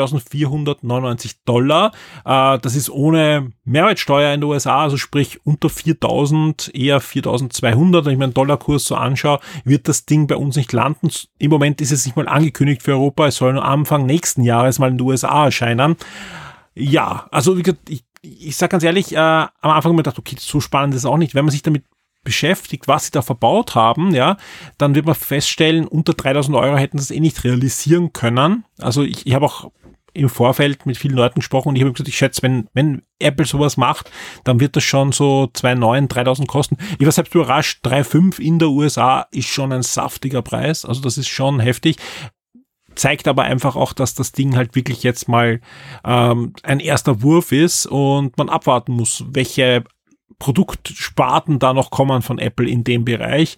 $3.499. Das ist ohne Mehrwertsteuer in den USA, also sprich unter 4.000, eher 4.200. Wenn ich mir den Dollarkurs so anschaue, wird das Ding bei uns nicht landen. Im Moment ist es nicht mal angekündigt für Europa. Es soll nur Anfang nächsten Jahres mal in den USA erscheinen. Ja, also wie gesagt, ich sage ganz ehrlich, am Anfang habe ich mir gedacht, okay, so spannend ist es auch nicht. Wenn man sich damit beschäftigt, was sie da verbaut haben, ja, dann wird man feststellen, unter 3.000 Euro hätten sie es nicht realisieren können. Also ich habe auch im Vorfeld mit vielen Leuten gesprochen und ich habe gesagt, ich schätze, wenn Apple sowas macht, dann wird das schon so 2.900, 3.000 kosten. Ich war selbst überrascht, 3.500 in der USA ist schon ein saftiger Preis, also das ist schon heftig. Zeigt aber einfach auch, dass das Ding halt wirklich jetzt mal ein erster Wurf ist und man abwarten muss, welche Produktsparten da noch kommen von Apple in dem Bereich.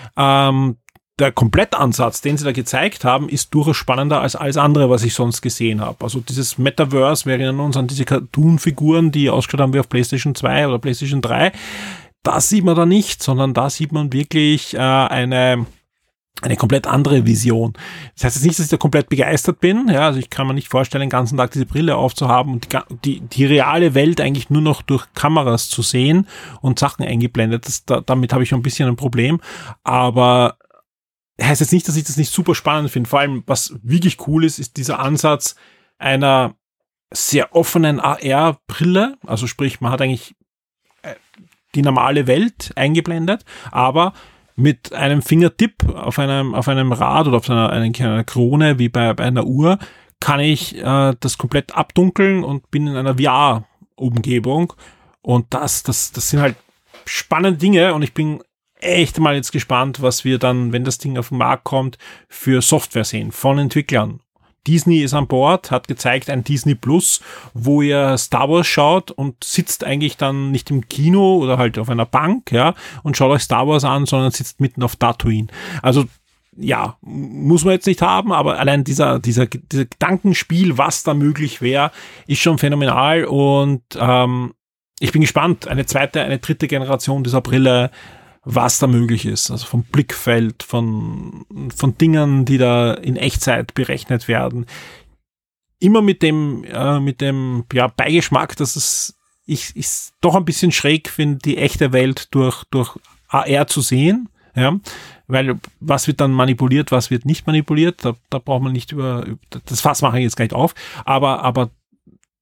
Der Komplettansatz, den sie da gezeigt haben, ist durchaus spannender als alles andere, was ich sonst gesehen habe. Also dieses Metaverse, wir erinnern uns an diese Cartoon-Figuren, die ausgeschaut haben wie auf PlayStation 2 oder PlayStation 3. Das sieht man da nicht, sondern da sieht man wirklich eine komplett andere Vision. Das heißt jetzt nicht, dass ich da komplett begeistert bin. Ja, also ich kann mir nicht vorstellen, den ganzen Tag diese Brille aufzuhaben und die reale Welt eigentlich nur noch durch Kameras zu sehen und Sachen eingeblendet. Damit habe ich schon ein bisschen ein Problem. Aber heißt jetzt nicht, dass ich das nicht super spannend finde. Vor allem, was wirklich cool ist dieser Ansatz einer sehr offenen AR-Brille. Also sprich, man hat eigentlich die normale Welt eingeblendet, aber mit einem Fingertipp auf einem Rad oder auf einer Krone wie bei einer Uhr kann ich das komplett abdunkeln und bin in einer VR-Umgebung. Und das sind halt spannende Dinge und ich bin echt mal jetzt gespannt, was wir dann, wenn das Ding auf den Markt kommt, für Software sehen von Entwicklern. Disney ist an Bord, hat gezeigt ein Disney Plus, wo ihr Star Wars schaut und sitzt eigentlich dann nicht im Kino oder halt auf einer Bank, ja, und schaut euch Star Wars an, sondern sitzt mitten auf Tatooine. Also, ja, muss man jetzt nicht haben, aber allein dieser Gedankenspiel, was da möglich wäre, ist schon phänomenal und ich bin gespannt, eine dritte Generation dieser Brille, was da möglich ist, also vom Blickfeld, von Dingen, die da in Echtzeit berechnet werden. Immer mit dem Beigeschmack, dass ich doch ein bisschen schräg finde, die echte Welt durch AR zu sehen, ja, weil was wird dann manipuliert, was wird nicht manipuliert, da braucht man nicht das Fass mache ich jetzt gleich auf, aber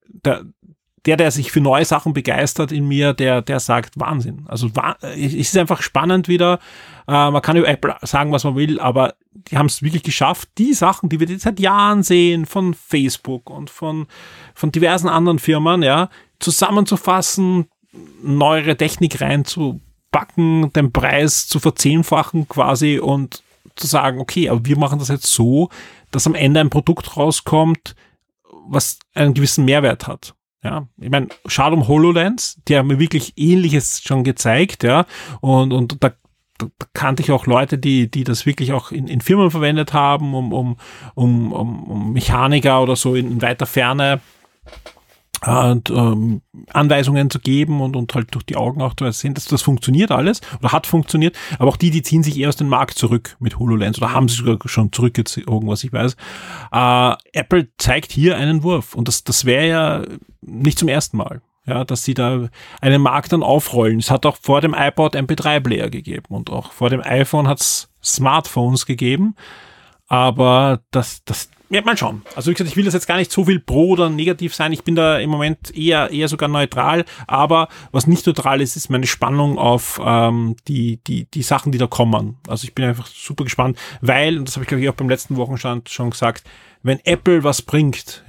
der sich für neue Sachen begeistert in mir, der sagt Wahnsinn. Also es ist einfach spannend wieder. Man kann über Apple sagen, was man will, aber die haben es wirklich geschafft, die Sachen, die wir jetzt seit Jahren sehen, von Facebook und von diversen anderen Firmen, ja, zusammenzufassen, neuere Technik reinzupacken, den Preis zu verzehnfachen quasi und zu sagen, okay, aber wir machen das jetzt so, dass am Ende ein Produkt rauskommt, was einen gewissen Mehrwert hat. Ja, ich meine, schade um HoloLens, die haben mir wirklich Ähnliches schon gezeigt, ja, und da kannte ich auch Leute, die das wirklich auch in Firmen verwendet haben, um Mechaniker oder so in weiter Ferne und Anweisungen zu geben und halt durch die Augen auch zu sehen, dass das funktioniert alles oder hat funktioniert, aber auch die ziehen sich eher aus dem Markt zurück mit HoloLens oder haben sich sogar schon zurückgezogen, was ich weiß. Apple zeigt hier einen Wurf und das wäre ja nicht zum ersten Mal, ja, dass sie da einen Markt dann aufrollen. Es hat auch vor dem iPod MP3-Player gegeben und auch vor dem iPhone hat es Smartphones gegeben, aber ja, mal schauen. Also wie gesagt, ich will das jetzt gar nicht so viel pro oder negativ sein. Ich bin da im Moment eher sogar neutral. Aber was nicht neutral ist meine Spannung auf die Sachen, die da kommen. Also ich bin einfach super gespannt, weil, und das habe ich glaube ich auch beim letzten Wochenstand schon gesagt, wenn Apple was bringt,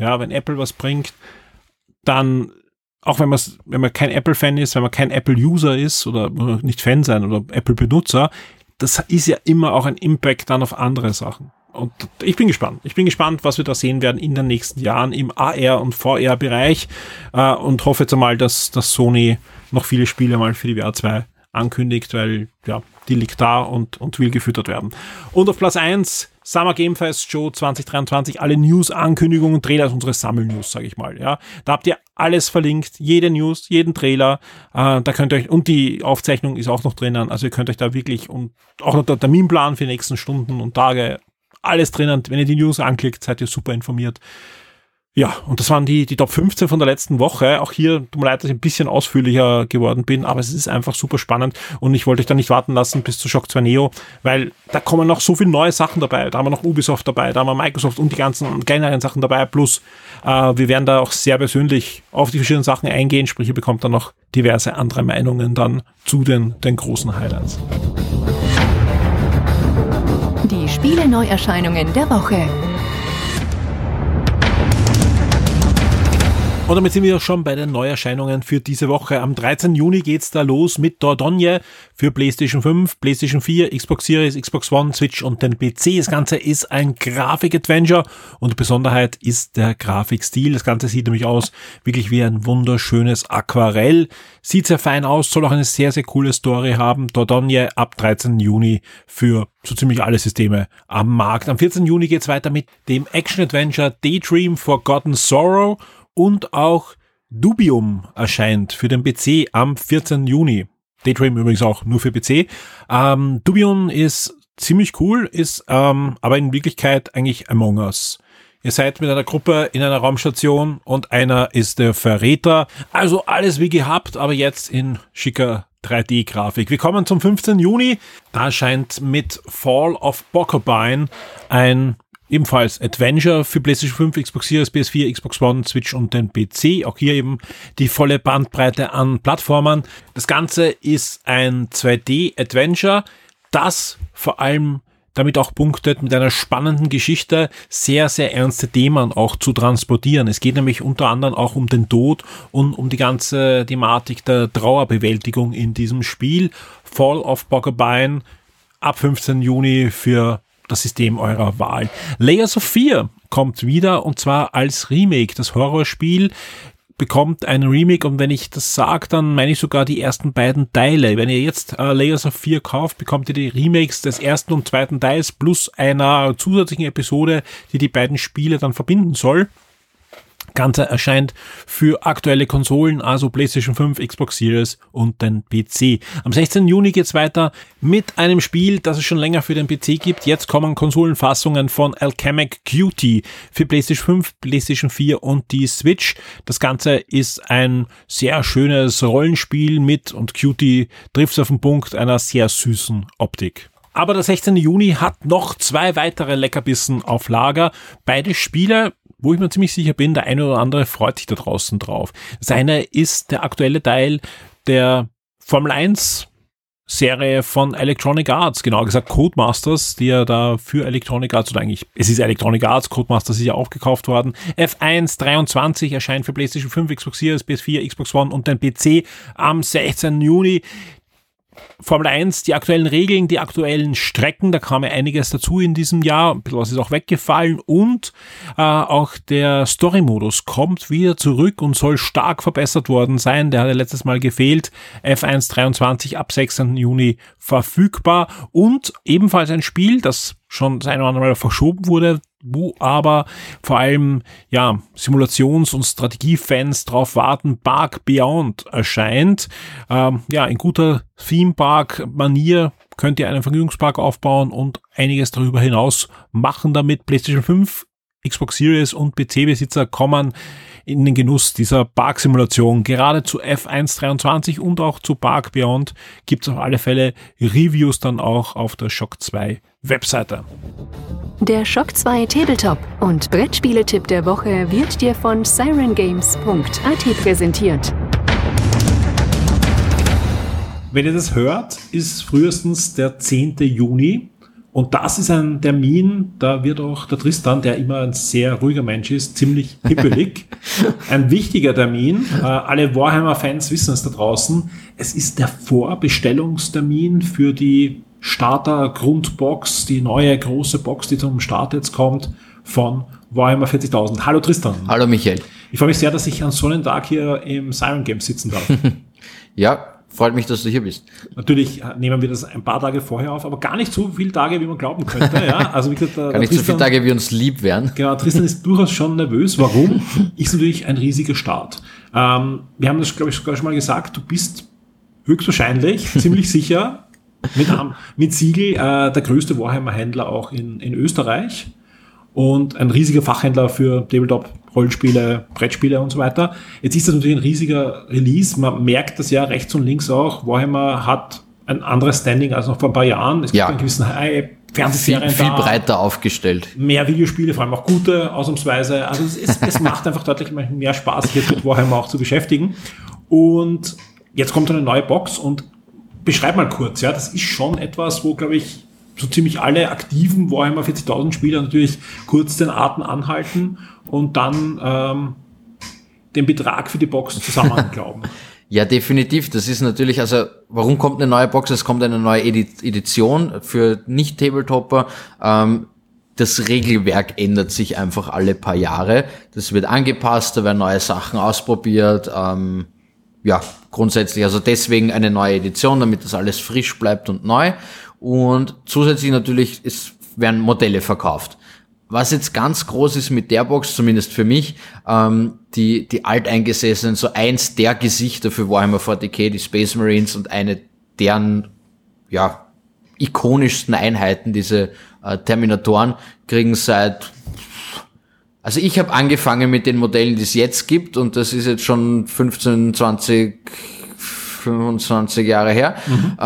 dann auch wenn man kein Apple-Fan ist, wenn man kein Apple-User ist oder nicht Fan sein oder Apple-Benutzer, das ist ja immer auch ein Impact dann auf andere Sachen. Und ich bin gespannt. Ich bin gespannt, was wir da sehen werden in den nächsten Jahren im AR- und VR-Bereich und hoffe jetzt einmal, dass Sony noch viele Spiele mal für die VR 2 ankündigt, weil ja, die liegt da und will gefüttert werden. Und auf Platz 1 Summer Game Fest Show 2023, alle News, Ankündigungen, Trailer, unsere Sammel-News, sage ich mal. Ja, da habt ihr alles verlinkt, jede News, jeden Trailer, da könnt ihr euch, und die Aufzeichnung ist auch noch drinnen, also ihr könnt euch da wirklich, und auch noch der Terminplan für die nächsten Stunden und Tage, alles drinnen. Wenn ihr die News anklickt, seid ihr super informiert. Ja, und das waren die Top 15 von der letzten Woche. Auch hier, tut mir leid, dass ich ein bisschen ausführlicher geworden bin, aber es ist einfach super spannend und ich wollte euch da nicht warten lassen bis zu Shock 2 Neo, weil da kommen noch so viele neue Sachen dabei. Da haben wir noch Ubisoft dabei, da haben wir Microsoft und die ganzen kleineren Sachen dabei. Plus, wir werden da auch sehr persönlich auf die verschiedenen Sachen eingehen, sprich, ihr bekommt dann noch diverse andere Meinungen dann zu den großen Highlights. Die Spiele-Neuerscheinungen der Woche. Und damit sind wir schon bei den Neuerscheinungen für diese Woche. Am 13. Juni geht's da los mit Dordogne für PlayStation 5, PlayStation 4, Xbox Series, Xbox One, Switch und den PC. Das Ganze ist ein Grafik-Adventure und die Besonderheit ist der Grafikstil. Das Ganze sieht nämlich aus wirklich wie ein wunderschönes Aquarell. Sieht sehr fein aus, soll auch eine sehr, sehr coole Story haben. Dordogne ab 13. Juni für so ziemlich alle Systeme am Markt. Am 14. Juni geht's weiter mit dem Action-Adventure Daydream Forgotten Sorrow. Und auch Dubium erscheint für den PC am 14. Juni. Daydream übrigens auch nur für PC. Dubium ist ziemlich cool, ist aber in Wirklichkeit eigentlich Among Us. Ihr seid mit einer Gruppe in einer Raumstation und einer ist der Verräter. Also alles wie gehabt, aber jetzt in schicker 3D-Grafik. Wir kommen zum 15. Juni. Da erscheint mit Fall of Boccabine ein ebenfalls Adventure für PlayStation 5, Xbox Series, PS4, Xbox One, Switch und den PC. Auch hier eben die volle Bandbreite an Plattformen. Das Ganze ist ein 2D-Adventure, das vor allem damit auch punktet, mit einer spannenden Geschichte sehr, sehr ernste Themen auch zu transportieren. Es geht nämlich unter anderem auch um den Tod und um die ganze Thematik der Trauerbewältigung in diesem Spiel. Fall of Boccabine ab 15. Juni für das System eurer Wahl. Layers of Fear kommt wieder und zwar als Remake. Das Horrorspiel bekommt ein Remake und wenn ich das sage, dann meine ich sogar die ersten beiden Teile. Wenn ihr jetzt Layers of Fear kauft, bekommt ihr die Remakes des ersten und zweiten Teils plus einer zusätzlichen Episode, die die beiden Spiele dann verbinden soll. Ganze erscheint für aktuelle Konsolen, also PlayStation 5, Xbox Series und den PC. Am 16. Juni geht's weiter mit einem Spiel, das es schon länger für den PC gibt. Jetzt kommen Konsolenfassungen von Alchemic Cutie für PlayStation 5, PlayStation 4 und die Switch. Das Ganze ist ein sehr schönes Rollenspiel mit, und Cutie trifft auf den Punkt, einer sehr süßen Optik. Aber der 16. Juni hat noch 2 weitere Leckerbissen auf Lager. Beide Spiele wo ich mir ziemlich sicher bin, der eine oder andere freut sich da draußen drauf. Das eine ist der aktuelle Teil der Formel 1 Serie von Electronic Arts, genauer gesagt Codemasters, die ja da für Electronic Arts, oder eigentlich, es ist Electronic Arts, Codemasters ist ja auch gekauft worden. F1 23 erscheint für PlayStation 5, Xbox Series, PS4, Xbox One und den PC am 16. Juni. Formel 1, die aktuellen Regeln, die aktuellen Strecken, da kam ja einiges dazu in diesem Jahr, ein bisschen was ist auch weggefallen und auch der Story-Modus kommt wieder zurück und soll stark verbessert worden sein, der hat ja letztes Mal gefehlt, F1 23 ab 6. Juni verfügbar und ebenfalls ein Spiel, das schon das eine oder andere Mal verschoben wurde, wo aber vor allem Simulations- und Strategiefans drauf warten, Park Beyond erscheint. In guter Theme-Park-Manier könnt ihr einen Vergnügungspark aufbauen und einiges darüber hinaus machen damit. PlayStation 5, Xbox Series und PC-Besitzer kommen in den Genuss dieser Park-Simulation. Gerade zu F1 23 und auch zu Park Beyond gibt es auf alle Fälle Reviews dann auch auf der Shock 2 Webseite. Der Shock 2 Tabletop und Brettspieletipp der Woche wird dir von sirengames.at präsentiert. Wenn ihr das hört, ist frühestens der 10. Juni. Und das ist ein Termin, da wird auch der Tristan, der immer ein sehr ruhiger Mensch ist, ziemlich hippelig. Ein wichtiger Termin. Alle Warhammer-Fans wissen es da draußen. Es ist der Vorbestellungstermin für die Starter-Grundbox, die neue große Box, die zum Start jetzt kommt, von Warhammer 40.000. Hallo Tristan. Hallo Michael. Ich freue mich sehr, dass ich an so einem Tag hier im Siren Games sitzen darf. Ja, freut mich, dass du hier bist. Natürlich nehmen wir das ein paar Tage vorher auf, aber gar nicht so viele Tage, wie man glauben könnte. Ja? Also wie gesagt, gar nicht so viele Tage, wie uns lieb wären. Genau, Tristan ist durchaus schon nervös. Warum? Ist natürlich ein riesiger Start. Wir haben das, glaube ich, sogar schon mal gesagt, du bist höchstwahrscheinlich, ziemlich sicher, mit Siegel der größte Warhammer-Händler auch in Österreich und ein riesiger Fachhändler für Tabletop, Rollenspiele, Brettspiele und so weiter. Jetzt ist das natürlich ein riesiger Release. Man merkt das ja rechts und links auch. Warhammer hat ein anderes Standing als noch vor ein paar Jahren. Es gibt einen gewissen Fernsehserien viel breiter aufgestellt. Mehr Videospiele, vor allem auch gute, ausnahmsweise. Also es macht einfach deutlich mehr Spaß, sich jetzt mit Warhammer auch zu beschäftigen. Und jetzt kommt eine neue Box und beschreib mal kurz, das ist schon etwas, wo, glaube ich, so ziemlich alle aktiven Warhammer 40.000 Spieler natürlich kurz den Atem anhalten und dann den Betrag für die Box zusammen glauben. Ja, definitiv. Das ist natürlich, also warum kommt eine neue Box? Es kommt eine neue Edition für Nicht-Tabletopper. Das Regelwerk ändert sich einfach alle paar Jahre. Das wird angepasst, da werden neue Sachen ausprobiert. Grundsätzlich, also deswegen eine neue Edition, damit das alles frisch bleibt und neu. Und zusätzlich natürlich werden Modelle verkauft. Was jetzt ganz groß ist mit der Box, zumindest für mich, die alteingesessenen, so eins der Gesichter für Warhammer 40k, die Space Marines und eine deren, ikonischsten Einheiten, diese Terminatoren, kriegen also ich habe angefangen mit den Modellen, die es jetzt gibt, und das ist jetzt schon 15, 20, 25 Jahre her.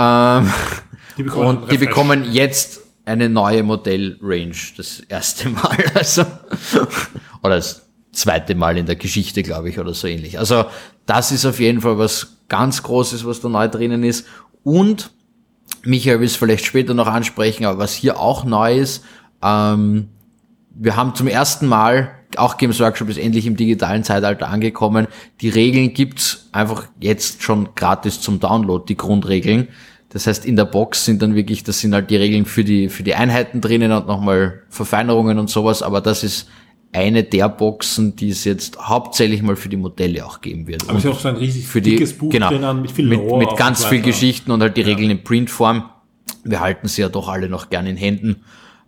Die bekommen jetzt eine neue Modellrange, das erste Mal, also oder das zweite Mal in der Geschichte, glaube ich, oder so ähnlich. Also das ist auf jeden Fall was ganz Großes, was da neu drinnen ist. Und Michael will es vielleicht später noch ansprechen, aber was hier auch neu ist, wir haben zum ersten Mal, auch Games Workshop ist endlich im digitalen Zeitalter angekommen, die Regeln gibt's einfach jetzt schon gratis zum Download, die Grundregeln. Das heißt, in der Box sind dann wirklich, das sind halt die Regeln für die Einheiten drinnen und nochmal Verfeinerungen und sowas, aber das ist eine der Boxen, die es jetzt hauptsächlich mal für die Modelle auch geben wird. Aber es ist auch so ein riesig dickes Buch drinnen mit viel Lore. Mit ganz viel Geschichten und halt die Regeln in Printform. Wir halten sie ja doch alle noch gern in Händen.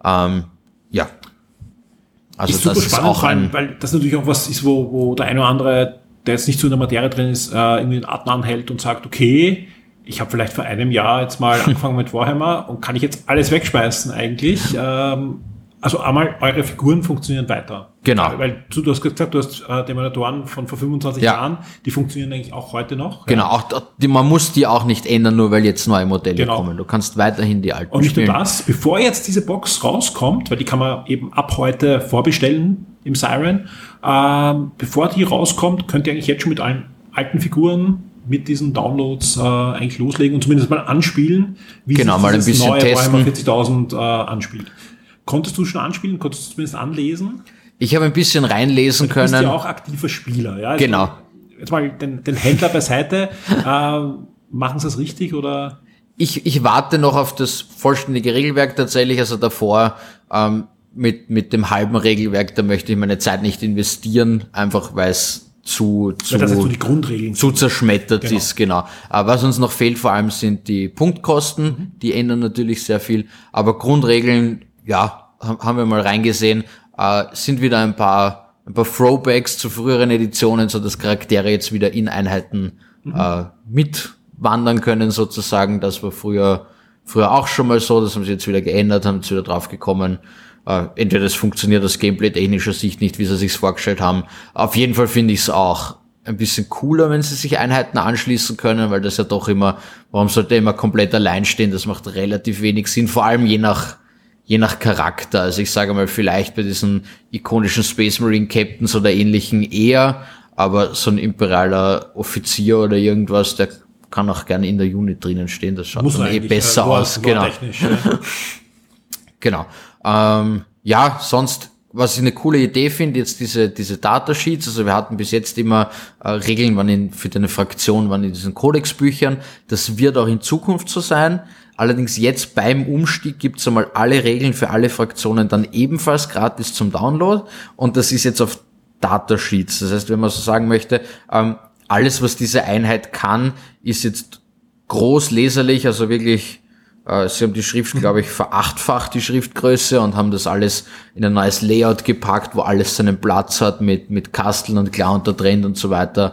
Also ist super das spannend, ist auch weil das natürlich auch was ist, wo der eine oder andere, der jetzt nicht so in der Materie drin ist, irgendwie den Atem anhält und sagt, okay, ich habe vielleicht vor einem Jahr jetzt mal angefangen mit Warhammer und kann ich jetzt alles wegschmeißen eigentlich. Also einmal, eure Figuren funktionieren weiter. Genau. Weil du hast gesagt, du hast Terminatoren von vor 25 Jahren, die funktionieren eigentlich auch heute noch. Genau, auch man muss die auch nicht ändern, nur weil jetzt neue Modelle kommen. Du kannst weiterhin die alten und nicht spielen. nur das, bevor jetzt diese Box rauskommt, weil die kann man eben ab heute vorbestellen im Siren. Bevor die rauskommt, könnt ihr eigentlich jetzt schon mit allen alten Figuren mit diesen Downloads eigentlich loslegen und zumindest mal anspielen, wie sich mal ein bisschen neue testen. Warhammer 40.000 anspielt. Konntest du schon anspielen? Konntest du zumindest anlesen? Ich habe ein bisschen reinlesen können. Du bist ja auch aktiver Spieler. Ja? Also genau. Jetzt mal den Händler beiseite. Machen sie es richtig oder? Ich warte noch auf das vollständige Regelwerk tatsächlich. Also davor mit dem halben Regelwerk, da möchte ich meine Zeit nicht investieren, einfach weil es zu die Grundregeln zu zerschmettert ist, genau. Was uns noch fehlt vor allem sind die Punktkosten, die ändern natürlich sehr viel, aber Grundregeln, ja, haben wir mal reingesehen, sind wieder ein paar Throwbacks zu früheren Editionen, so dass Charaktere jetzt wieder in Einheiten mitwandern können sozusagen. Das war früher auch schon mal so, das haben sie jetzt wieder geändert, haben jetzt wieder drauf gekommen. Entweder es funktioniert aus Gameplay-technischer Sicht nicht, wie sie sich's vorgestellt haben. Auf jeden Fall finde ich es auch ein bisschen cooler, wenn sie sich Einheiten anschließen können, weil das ja doch immer, warum sollte immer komplett allein stehen? Das macht relativ wenig Sinn, vor allem je nach Charakter. Also ich sage mal, vielleicht bei diesen ikonischen Space Marine Captains oder ähnlichen eher, aber so ein imperialer Offizier oder irgendwas, der kann auch gerne in der Unit drinnen stehen. Das schaut dann besser aus. Genau. Genau. Sonst, was ich eine coole Idee finde, jetzt diese Datasheets, also wir hatten bis jetzt immer Regeln, für deine Fraktion waren in diesen Codex-Büchern, das wird auch in Zukunft so sein, allerdings jetzt beim Umstieg gibt's einmal alle Regeln für alle Fraktionen dann ebenfalls gratis zum Download und das ist jetzt auf Datasheets, das heißt, wenn man so sagen möchte, alles, was diese Einheit kann, ist jetzt groß leserlich, also wirklich. Sie haben die Schrift, glaube ich, verachtfacht, die Schriftgröße, und haben das alles in ein neues Layout gepackt, wo alles seinen Platz hat mit Kasteln und klar untertrennt und so weiter.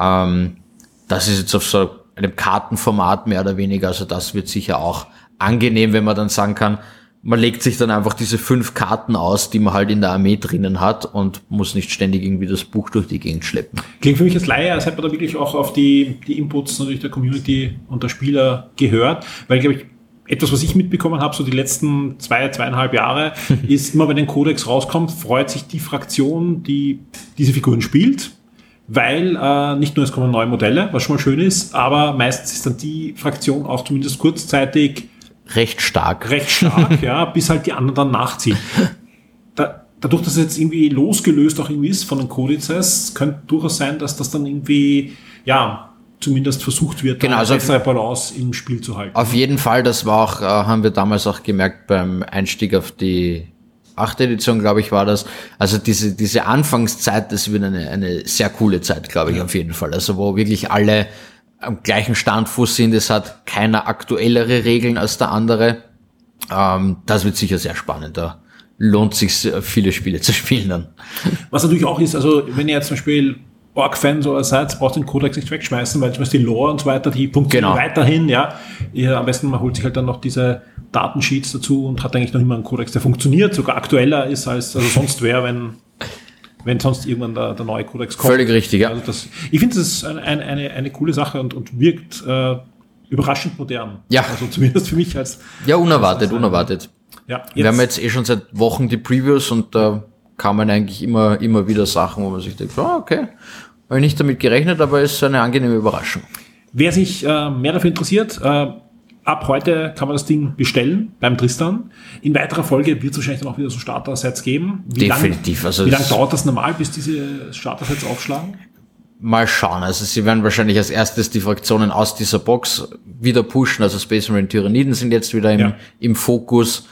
Das ist jetzt auf so einem Kartenformat mehr oder weniger, also das wird sicher auch angenehm, wenn man dann sagen kann, man legt sich dann einfach diese 5 Karten aus, die man halt in der Armee drinnen hat und muss nicht ständig irgendwie das Buch durch die Gegend schleppen. Klingt für mich als Laie, als hätte man da wirklich auch auf die Inputs natürlich der Community und der Spieler gehört, weil, glaube ich, etwas, was ich mitbekommen habe, so die letzten 2,5 Jahre, ist immer, wenn ein Kodex rauskommt, freut sich die Fraktion, die diese Figuren spielt, weil nicht nur es kommen neue Modelle, was schon mal schön ist, aber meistens ist dann die Fraktion auch zumindest kurzzeitig recht stark, ja, bis halt die anderen dann nachziehen. Dadurch, dass es jetzt irgendwie losgelöst auch irgendwie ist von den Kodizes, könnte durchaus sein, dass das dann irgendwie, ja, zumindest versucht wird, genau, eine bessere Balance im Spiel zu halten. Auf jeden Fall, das war auch, haben wir damals auch gemerkt beim Einstieg auf die 8. Edition, glaube ich, war das. Also diese Anfangszeit, das wird eine sehr coole Zeit, glaube ich, auf jeden Fall. Also wo wirklich alle am gleichen Standfuß sind, es hat keiner aktuellere Regeln als der andere. Das wird sicher sehr spannend. Da lohnt sich viele Spiele zu spielen dann. Was natürlich auch ist, also wenn ihr jetzt zum Beispiel Org-Fans oder seid, braucht den Codex nicht wegschmeißen, weil zum Beispiel die Lore und so weiter, die funktionieren weiterhin, ja. Am besten, man holt sich halt dann noch diese Datensheets dazu und hat eigentlich noch immer einen Codex, der funktioniert, sogar aktueller ist als sonst wäre, wenn sonst irgendwann der neue Codex kommt. Völlig richtig, ja. Also ich finde, das ist eine coole Sache und wirkt überraschend modern. Ja. Also zumindest für mich als... Ja, unerwartet. Ja, wir haben jetzt schon seit Wochen die Previews und da kamen eigentlich immer wieder Sachen, wo man sich denkt, okay, habe ich nicht damit gerechnet, aber es ist eine angenehme Überraschung. Wer sich mehr dafür interessiert, ab heute kann man das Ding bestellen beim Tristan. In weiterer Folge wird es wahrscheinlich dann auch wieder so Starter-Sets geben. Definitiv. Wie lange dauert das normal, bis diese Starter-Sets aufschlagen? Mal schauen. Also sie werden wahrscheinlich als erstes die Fraktionen aus dieser Box wieder pushen. Also Space Marine Tyranniden sind jetzt wieder im Fokus.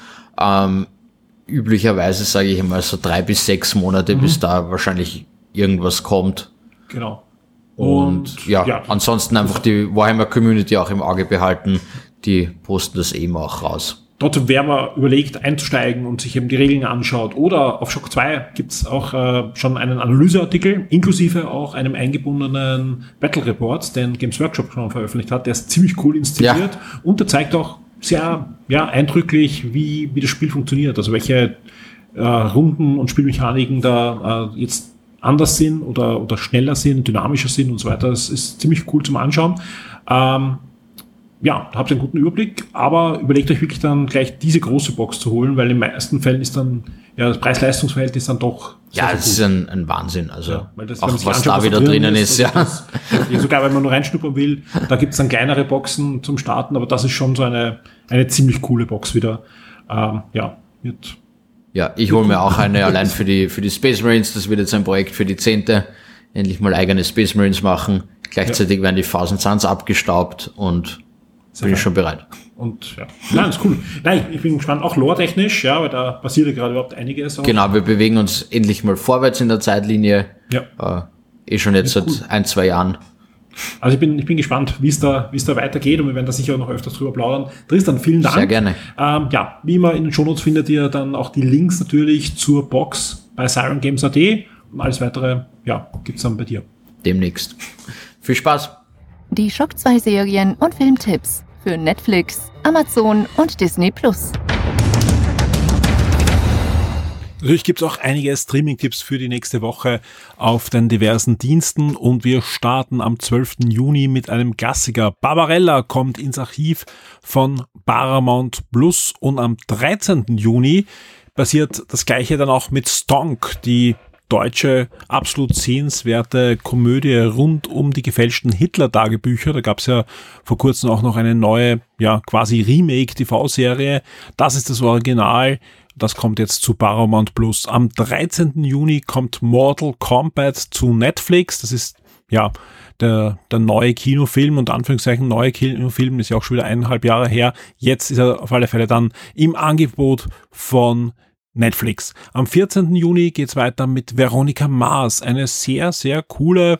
Üblicherweise sage ich immer so 3 bis 6 Monate, bis da wahrscheinlich irgendwas kommt. Genau. Und ansonsten einfach die Warhammer Community auch im Auge behalten. Die posten das eben auch raus. Trotzdem, wer mal überlegt einzusteigen und sich eben die Regeln anschaut, oder auf Shock 2 gibt's auch schon einen Analyseartikel, inklusive auch einem eingebundenen Battle Report, den Games Workshop schon veröffentlicht hat. Der ist ziemlich cool inszeniert und der zeigt auch sehr eindrücklich, wie das Spiel funktioniert, also welche Runden und Spielmechaniken da jetzt anders sind oder schneller sind, dynamischer sind und so weiter. Das ist ziemlich cool zum Anschauen. ja, habt ihr einen guten Überblick, aber überlegt euch wirklich dann gleich diese große Box zu holen, weil in den meisten Fällen ist dann ja das Preis-Leistungs-Verhältnis dann doch sehr, das ist ein Wahnsinn. Also ja, weil das, auch was da wieder drinnen ist. Ja. Sogar wenn man nur reinschnuppern will, da gibt's dann kleinere Boxen zum Starten, aber das ist schon so eine ziemlich coole Box wieder. Ich hole mir auch eine allein für die Space Marines. Das wird jetzt ein Projekt für die 10. Endlich mal eigene Space Marines machen. Gleichzeitig werden die Thousand Suns abgestaubt und bin ich schon bereit. Und ja, nein, ist cool. Nein, ich bin gespannt, auch lore-technisch, ja, weil da passiert ja gerade überhaupt einiges. Auch. Genau, wir bewegen uns endlich mal vorwärts in der Zeitlinie. Ja. Schon jetzt seit 1-2 Jahren. Also ich bin gespannt, wie es da weitergeht, und wir werden da sicher auch noch öfters drüber plaudern. Tristan, vielen Dank. Sehr gerne. Wie immer in den Shownotes findet ihr dann auch die Links natürlich zur Box bei SirenGames.at, und alles weitere, gibt's dann bei dir. Demnächst. Viel Spaß. Die Shock 2 Serien und Filmtipps für Netflix, Amazon und Disney+. Natürlich gibt es auch einige Streaming-Tipps für die nächste Woche auf den diversen Diensten, und wir starten am 12. Juni mit einem Klassiker. Barbarella kommt ins Archiv von Paramount Plus, und am 13. Juni passiert das Gleiche dann auch mit Stonk, die deutsche, absolut sehenswerte Komödie rund um die gefälschten Hitler-Tagebücher. Da gab es ja vor kurzem auch noch eine neue, quasi Remake-TV-Serie. Das ist das Original. Das kommt jetzt zu Paramount Plus. Am 13. Juni kommt Mortal Kombat zu Netflix. Das ist, der neue Kinofilm, und Anführungszeichen neue Kinofilm, ist ja auch schon wieder 1,5 Jahre her. Jetzt ist er auf alle Fälle dann im Angebot von Netflix. Am 14. Juni geht's weiter mit Veronica Mars, eine sehr, sehr coole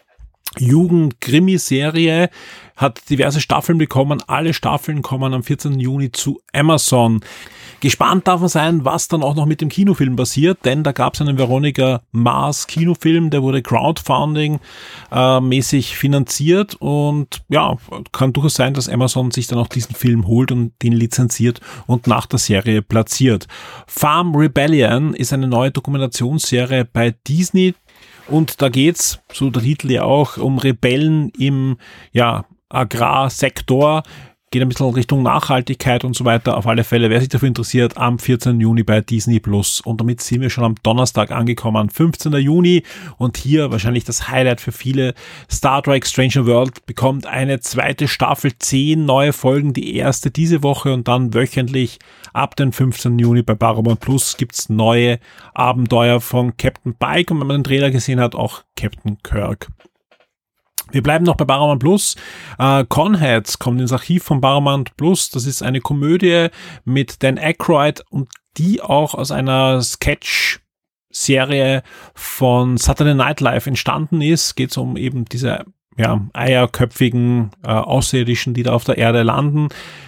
Jugend-Krimi-Serie, hat diverse Staffeln bekommen. Alle Staffeln kommen am 14. Juni zu Amazon. Gespannt darf man sein, was dann auch noch mit dem Kinofilm passiert, denn da gab es einen Veronica Mars Kinofilm, der wurde Crowdfunding-mäßig finanziert, und kann durchaus sein, dass Amazon sich dann auch diesen Film holt und den lizenziert und nach der Serie platziert. Farm Rebellion ist eine neue Dokumentationsserie bei Disney, und da geht's, so der Titel ja auch, um Rebellen im Agrarsektor. Geht ein bisschen Richtung Nachhaltigkeit und so weiter. Auf alle Fälle, wer sich dafür interessiert, am 14. Juni bei Disney Plus. Und damit sind wir schon am Donnerstag angekommen, 15. Juni. Und hier wahrscheinlich das Highlight für viele. Star Trek Stranger World bekommt eine zweite Staffel, 10 neue Folgen. Die erste diese Woche, und dann wöchentlich ab den 15. Juni bei Paramount Plus gibt's neue Abenteuer von Captain Pike. Und wenn man den Trailer gesehen hat, auch Captain Kirk. Wir bleiben noch bei Paramount Plus. Conheads kommt ins Archiv von Paramount Plus. Das ist eine Komödie mit Dan Aykroyd, und die auch aus einer Sketch-Serie von Saturday Night Live entstanden ist. Geht es um eben diese eierköpfigen Außerirdischen, die da auf der Erde landen.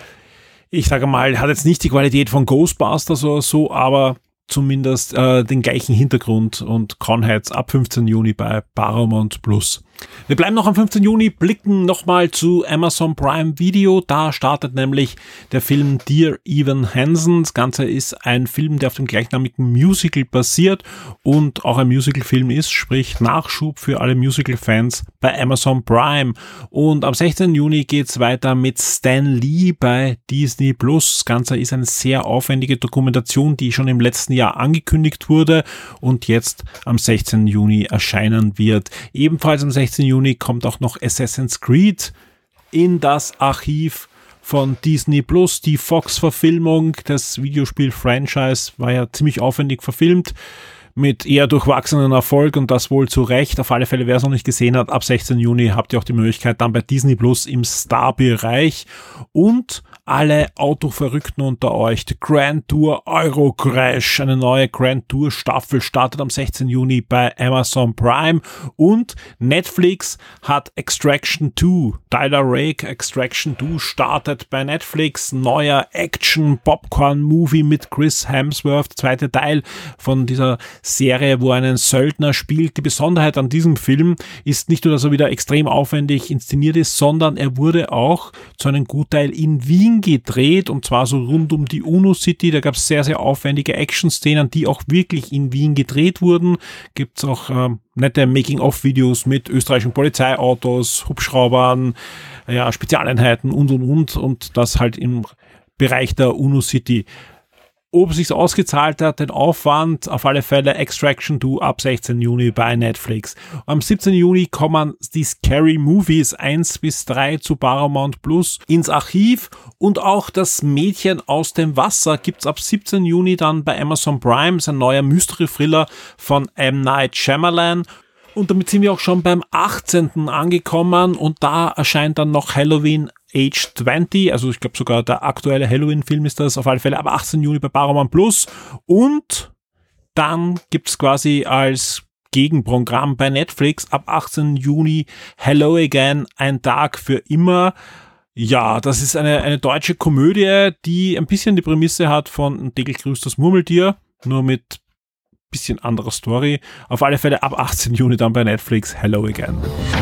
Ich sage mal, hat jetzt nicht die Qualität von Ghostbusters oder so, aber zumindest den gleichen Hintergrund, und Conheads ab 15. Juni bei Paramount Plus. Wir bleiben noch am 15. Juni, blicken nochmal zu Amazon Prime Video. Da startet nämlich der Film Dear Evan Hansen. Das Ganze ist ein Film, der auf dem gleichnamigen Musical basiert und auch ein Musical-Film ist, sprich Nachschub für alle Musical-Fans bei Amazon Prime. Und am 16. Juni geht's weiter mit Stan Lee bei Disney Plus. Das Ganze ist eine sehr aufwendige Dokumentation, die schon im letzten Jahr angekündigt wurde und jetzt am 16. Juni erscheinen wird. Ebenfalls am 16. Juni kommt auch noch Assassin's Creed in das Archiv von Disney Plus. Die Fox-Verfilmung des Videospiel-Franchise war ja ziemlich aufwendig verfilmt, mit eher durchwachsenen Erfolg, und das wohl zu Recht. Auf alle Fälle, wer es noch nicht gesehen hat, ab 16. Juni habt ihr auch die Möglichkeit dann bei Disney Plus im Star-Bereich. Und alle Autoverrückten unter euch, die Grand Tour Euro Crash, eine neue Grand Tour Staffel startet am 16. Juni bei Amazon Prime, und Netflix hat Extraction 2, Tyler Rake Extraction 2 startet bei Netflix, neuer Action-Popcorn-Movie mit Chris Hemsworth, zweite Teil von dieser Serie, wo er einen Söldner spielt. Die Besonderheit an diesem Film ist nicht nur, dass er wieder extrem aufwendig inszeniert ist, sondern er wurde auch zu einem Gutteil in Wien gedreht, und zwar so rund um die UNO-City. Da gab es sehr, sehr aufwendige Action-Szenen, die auch wirklich in Wien gedreht wurden. Gibt es auch nette Making-of-Videos mit österreichischen Polizeiautos, Hubschraubern, Spezialeinheiten und das halt im Bereich der UNO City. Ob es sich ausgezahlt hat, den Aufwand, auf alle Fälle Extraction 2 ab 16. Juni bei Netflix. Am 17. Juni kommen die Scary Movies 1-3 zu Paramount Plus ins Archiv und auch das Mädchen aus dem Wasser gibt's ab 17. Juni dann bei Amazon Prime, ist ein neuer Mystery-Thriller von M. Night Shyamalan. Und damit sind wir auch schon beim 18. angekommen und da erscheint dann noch Halloween Age 20, also ich glaube sogar der aktuelle Halloween-Film ist das, auf alle Fälle ab 18. Juni bei Paramount Plus. Und dann gibt's quasi als Gegenprogramm bei Netflix ab 18. Juni Hello Again, ein Tag für immer. Ja, das ist eine deutsche Komödie, die ein bisschen die Prämisse hat von Ein täglich grüßt das Murmeltier, nur mit bisschen anderer Story. Auf alle Fälle ab 18. Juni dann bei Netflix Hello Again.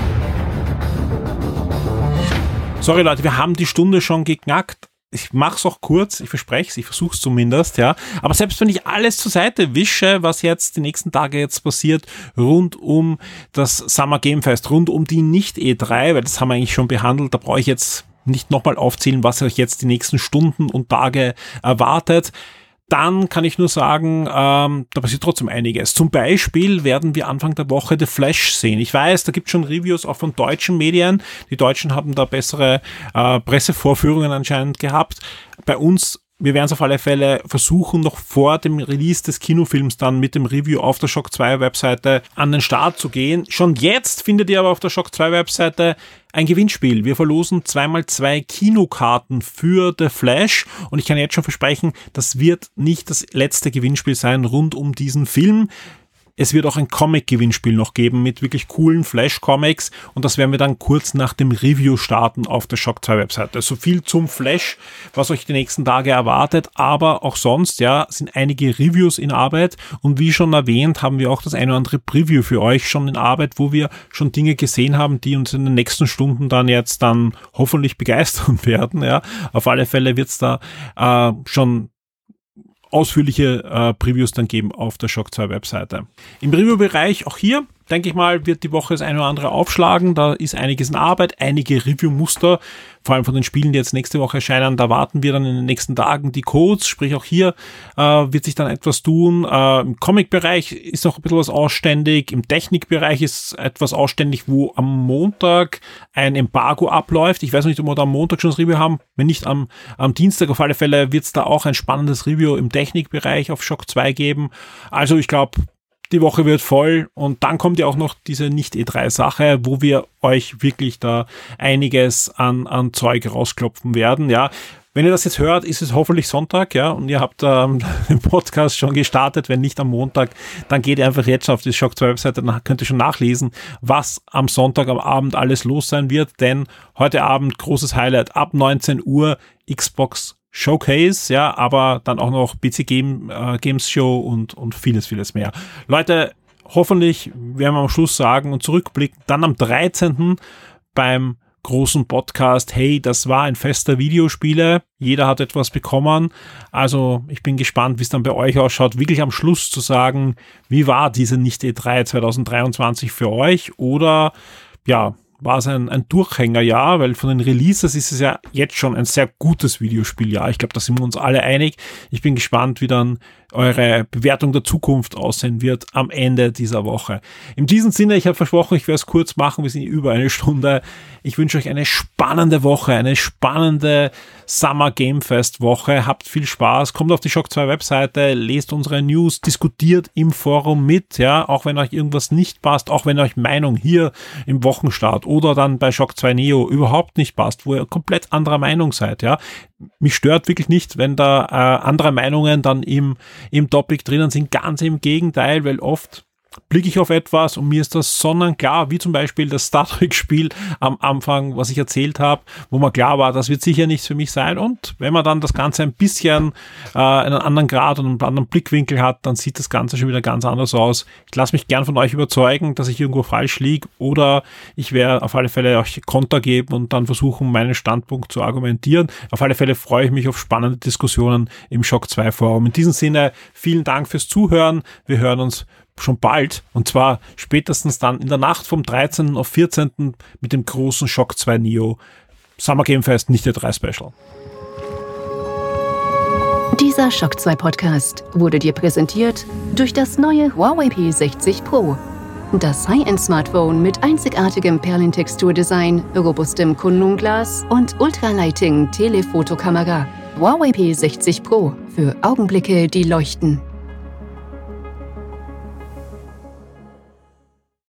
Sorry Leute, wir haben die Stunde schon geknackt. Ich mach's auch kurz, ich verspreche es, ich versuche es zumindest, ja. Aber selbst wenn ich alles zur Seite wische, was jetzt die nächsten Tage jetzt passiert, rund um das Summer Game Fest, rund um die Nicht-E3, weil das haben wir eigentlich schon behandelt, da brauche ich jetzt nicht nochmal aufzählen, was euch jetzt die nächsten Stunden und Tage erwartet. Dann kann ich nur sagen, da passiert trotzdem einiges. Zum Beispiel werden wir Anfang der Woche The Flash sehen. Ich weiß, da gibt es schon Reviews auch von deutschen Medien. Die Deutschen haben da bessere Pressevorführungen anscheinend gehabt. Bei uns, wir werden es auf alle Fälle versuchen, noch vor dem Release des Kinofilms dann mit dem Review auf der Shock 2 Webseite an den Start zu gehen. Schon jetzt findet ihr aber auf der Shock 2 Webseite ein Gewinnspiel. Wir verlosen 2x2 Kinokarten für The Flash und ich kann jetzt schon versprechen, das wird nicht das letzte Gewinnspiel sein rund um diesen Film. Es wird auch ein Comic-Gewinnspiel noch geben mit wirklich coolen Flash-Comics und das werden wir dann kurz nach dem Review starten auf der Shock 2 Webseite. So viel zum Flash, was euch die nächsten Tage erwartet, aber auch sonst, ja, sind einige Reviews in Arbeit und wie schon erwähnt, haben wir auch das eine oder andere Preview für euch schon in Arbeit, wo wir schon Dinge gesehen haben, die uns in den nächsten Stunden dann hoffentlich begeistern werden, ja. Auf alle Fälle wird's da schon ausführliche Previews dann geben auf der Shock 2 Webseite. Im Review-Bereich, auch hier, denke ich mal, wird die Woche das eine oder andere aufschlagen. Da ist einiges in Arbeit, einige Review-Muster, vor allem von den Spielen, die jetzt nächste Woche erscheinen. Da warten wir dann in den nächsten Tagen die Codes, sprich auch hier wird sich dann etwas tun. Im Comic-Bereich ist noch ein bisschen was ausständig. Im Technikbereich ist etwas ausständig, wo am Montag ein Embargo abläuft. Ich weiß nicht, ob wir da am Montag schon das Review haben. Wenn nicht am Dienstag, auf alle Fälle wird es da auch ein spannendes Review im Technikbereich auf Shock 2 geben. Also ich glaube, die Woche wird voll und dann kommt ja auch noch diese Nicht-E3-Sache, wo wir euch wirklich da einiges an Zeug rausklopfen werden, ja. Wenn ihr das jetzt hört, ist es hoffentlich Sonntag, ja, und ihr habt den Podcast schon gestartet. Wenn nicht am Montag, dann geht ihr einfach jetzt auf die Shock 2 Webseite, dann könnt ihr schon nachlesen, was am Sonntag am Abend alles los sein wird, denn heute Abend großes Highlight ab 19 Uhr Xbox Showcase, ja, aber dann auch noch PC Games Show und vieles mehr. Leute, hoffentlich werden wir am Schluss sagen und zurückblicken, dann am 13. beim großen Podcast, hey, das war ein Fest der Videospiele, jeder hat etwas bekommen, also ich bin gespannt, wie es dann bei euch ausschaut, wirklich am Schluss zu sagen, wie war diese Nicht-E3 2023 für euch oder, ja, war es ein Durchhängerjahr, weil von den Releases ist es ja jetzt schon ein sehr gutes Videospieljahr. Ich glaube, da sind wir uns alle einig. Ich bin gespannt, wie dann eure Bewertung der Zukunft aussehen wird am Ende dieser Woche. In diesem Sinne, ich habe versprochen, ich werde es kurz machen, wir sind über eine Stunde. Ich wünsche euch eine spannende Woche, eine spannende Summer Game Fest Woche. Habt viel Spaß, kommt auf die Shock 2 Webseite, lest unsere News, diskutiert im Forum mit, ja, auch wenn euch irgendwas nicht passt, auch wenn euch Meinung hier im Wochenstart oder dann bei Shock 2 Neo überhaupt nicht passt, wo ihr komplett anderer Meinung seid, ja. Mich stört wirklich nicht, wenn da andere Meinungen dann im Topic drinnen sind, ganz im Gegenteil, weil oft blicke ich auf etwas und mir ist das sonnenklar, wie zum Beispiel das Star Trek-Spiel am Anfang, was ich erzählt habe, wo mir klar war, das wird sicher nichts für mich sein und wenn man dann das Ganze ein bisschen einen anderen Grad und einen anderen Blickwinkel hat, dann sieht das Ganze schon wieder ganz anders aus. Ich lasse mich gern von euch überzeugen, dass ich irgendwo falsch liege oder ich werde auf alle Fälle euch Konter geben und dann versuchen, meinen Standpunkt zu argumentieren. Auf alle Fälle freue ich mich auf spannende Diskussionen im Shock 2 Forum. In diesem Sinne, vielen Dank fürs Zuhören. Wir hören uns schon bald, und zwar spätestens dann in der Nacht vom 13. auf 14. mit dem großen Shock 2 Neo Summer Game Fest nicht E3 Special. Dieser Shock 2 Podcast wurde dir präsentiert durch das neue Huawei P60 Pro. Das High-End-Smartphone mit einzigartigem Perlentexturdesign, robustem Kunlun-Glas und Ultralighting-Telefotokamera. Huawei P60 Pro für Augenblicke, die leuchten.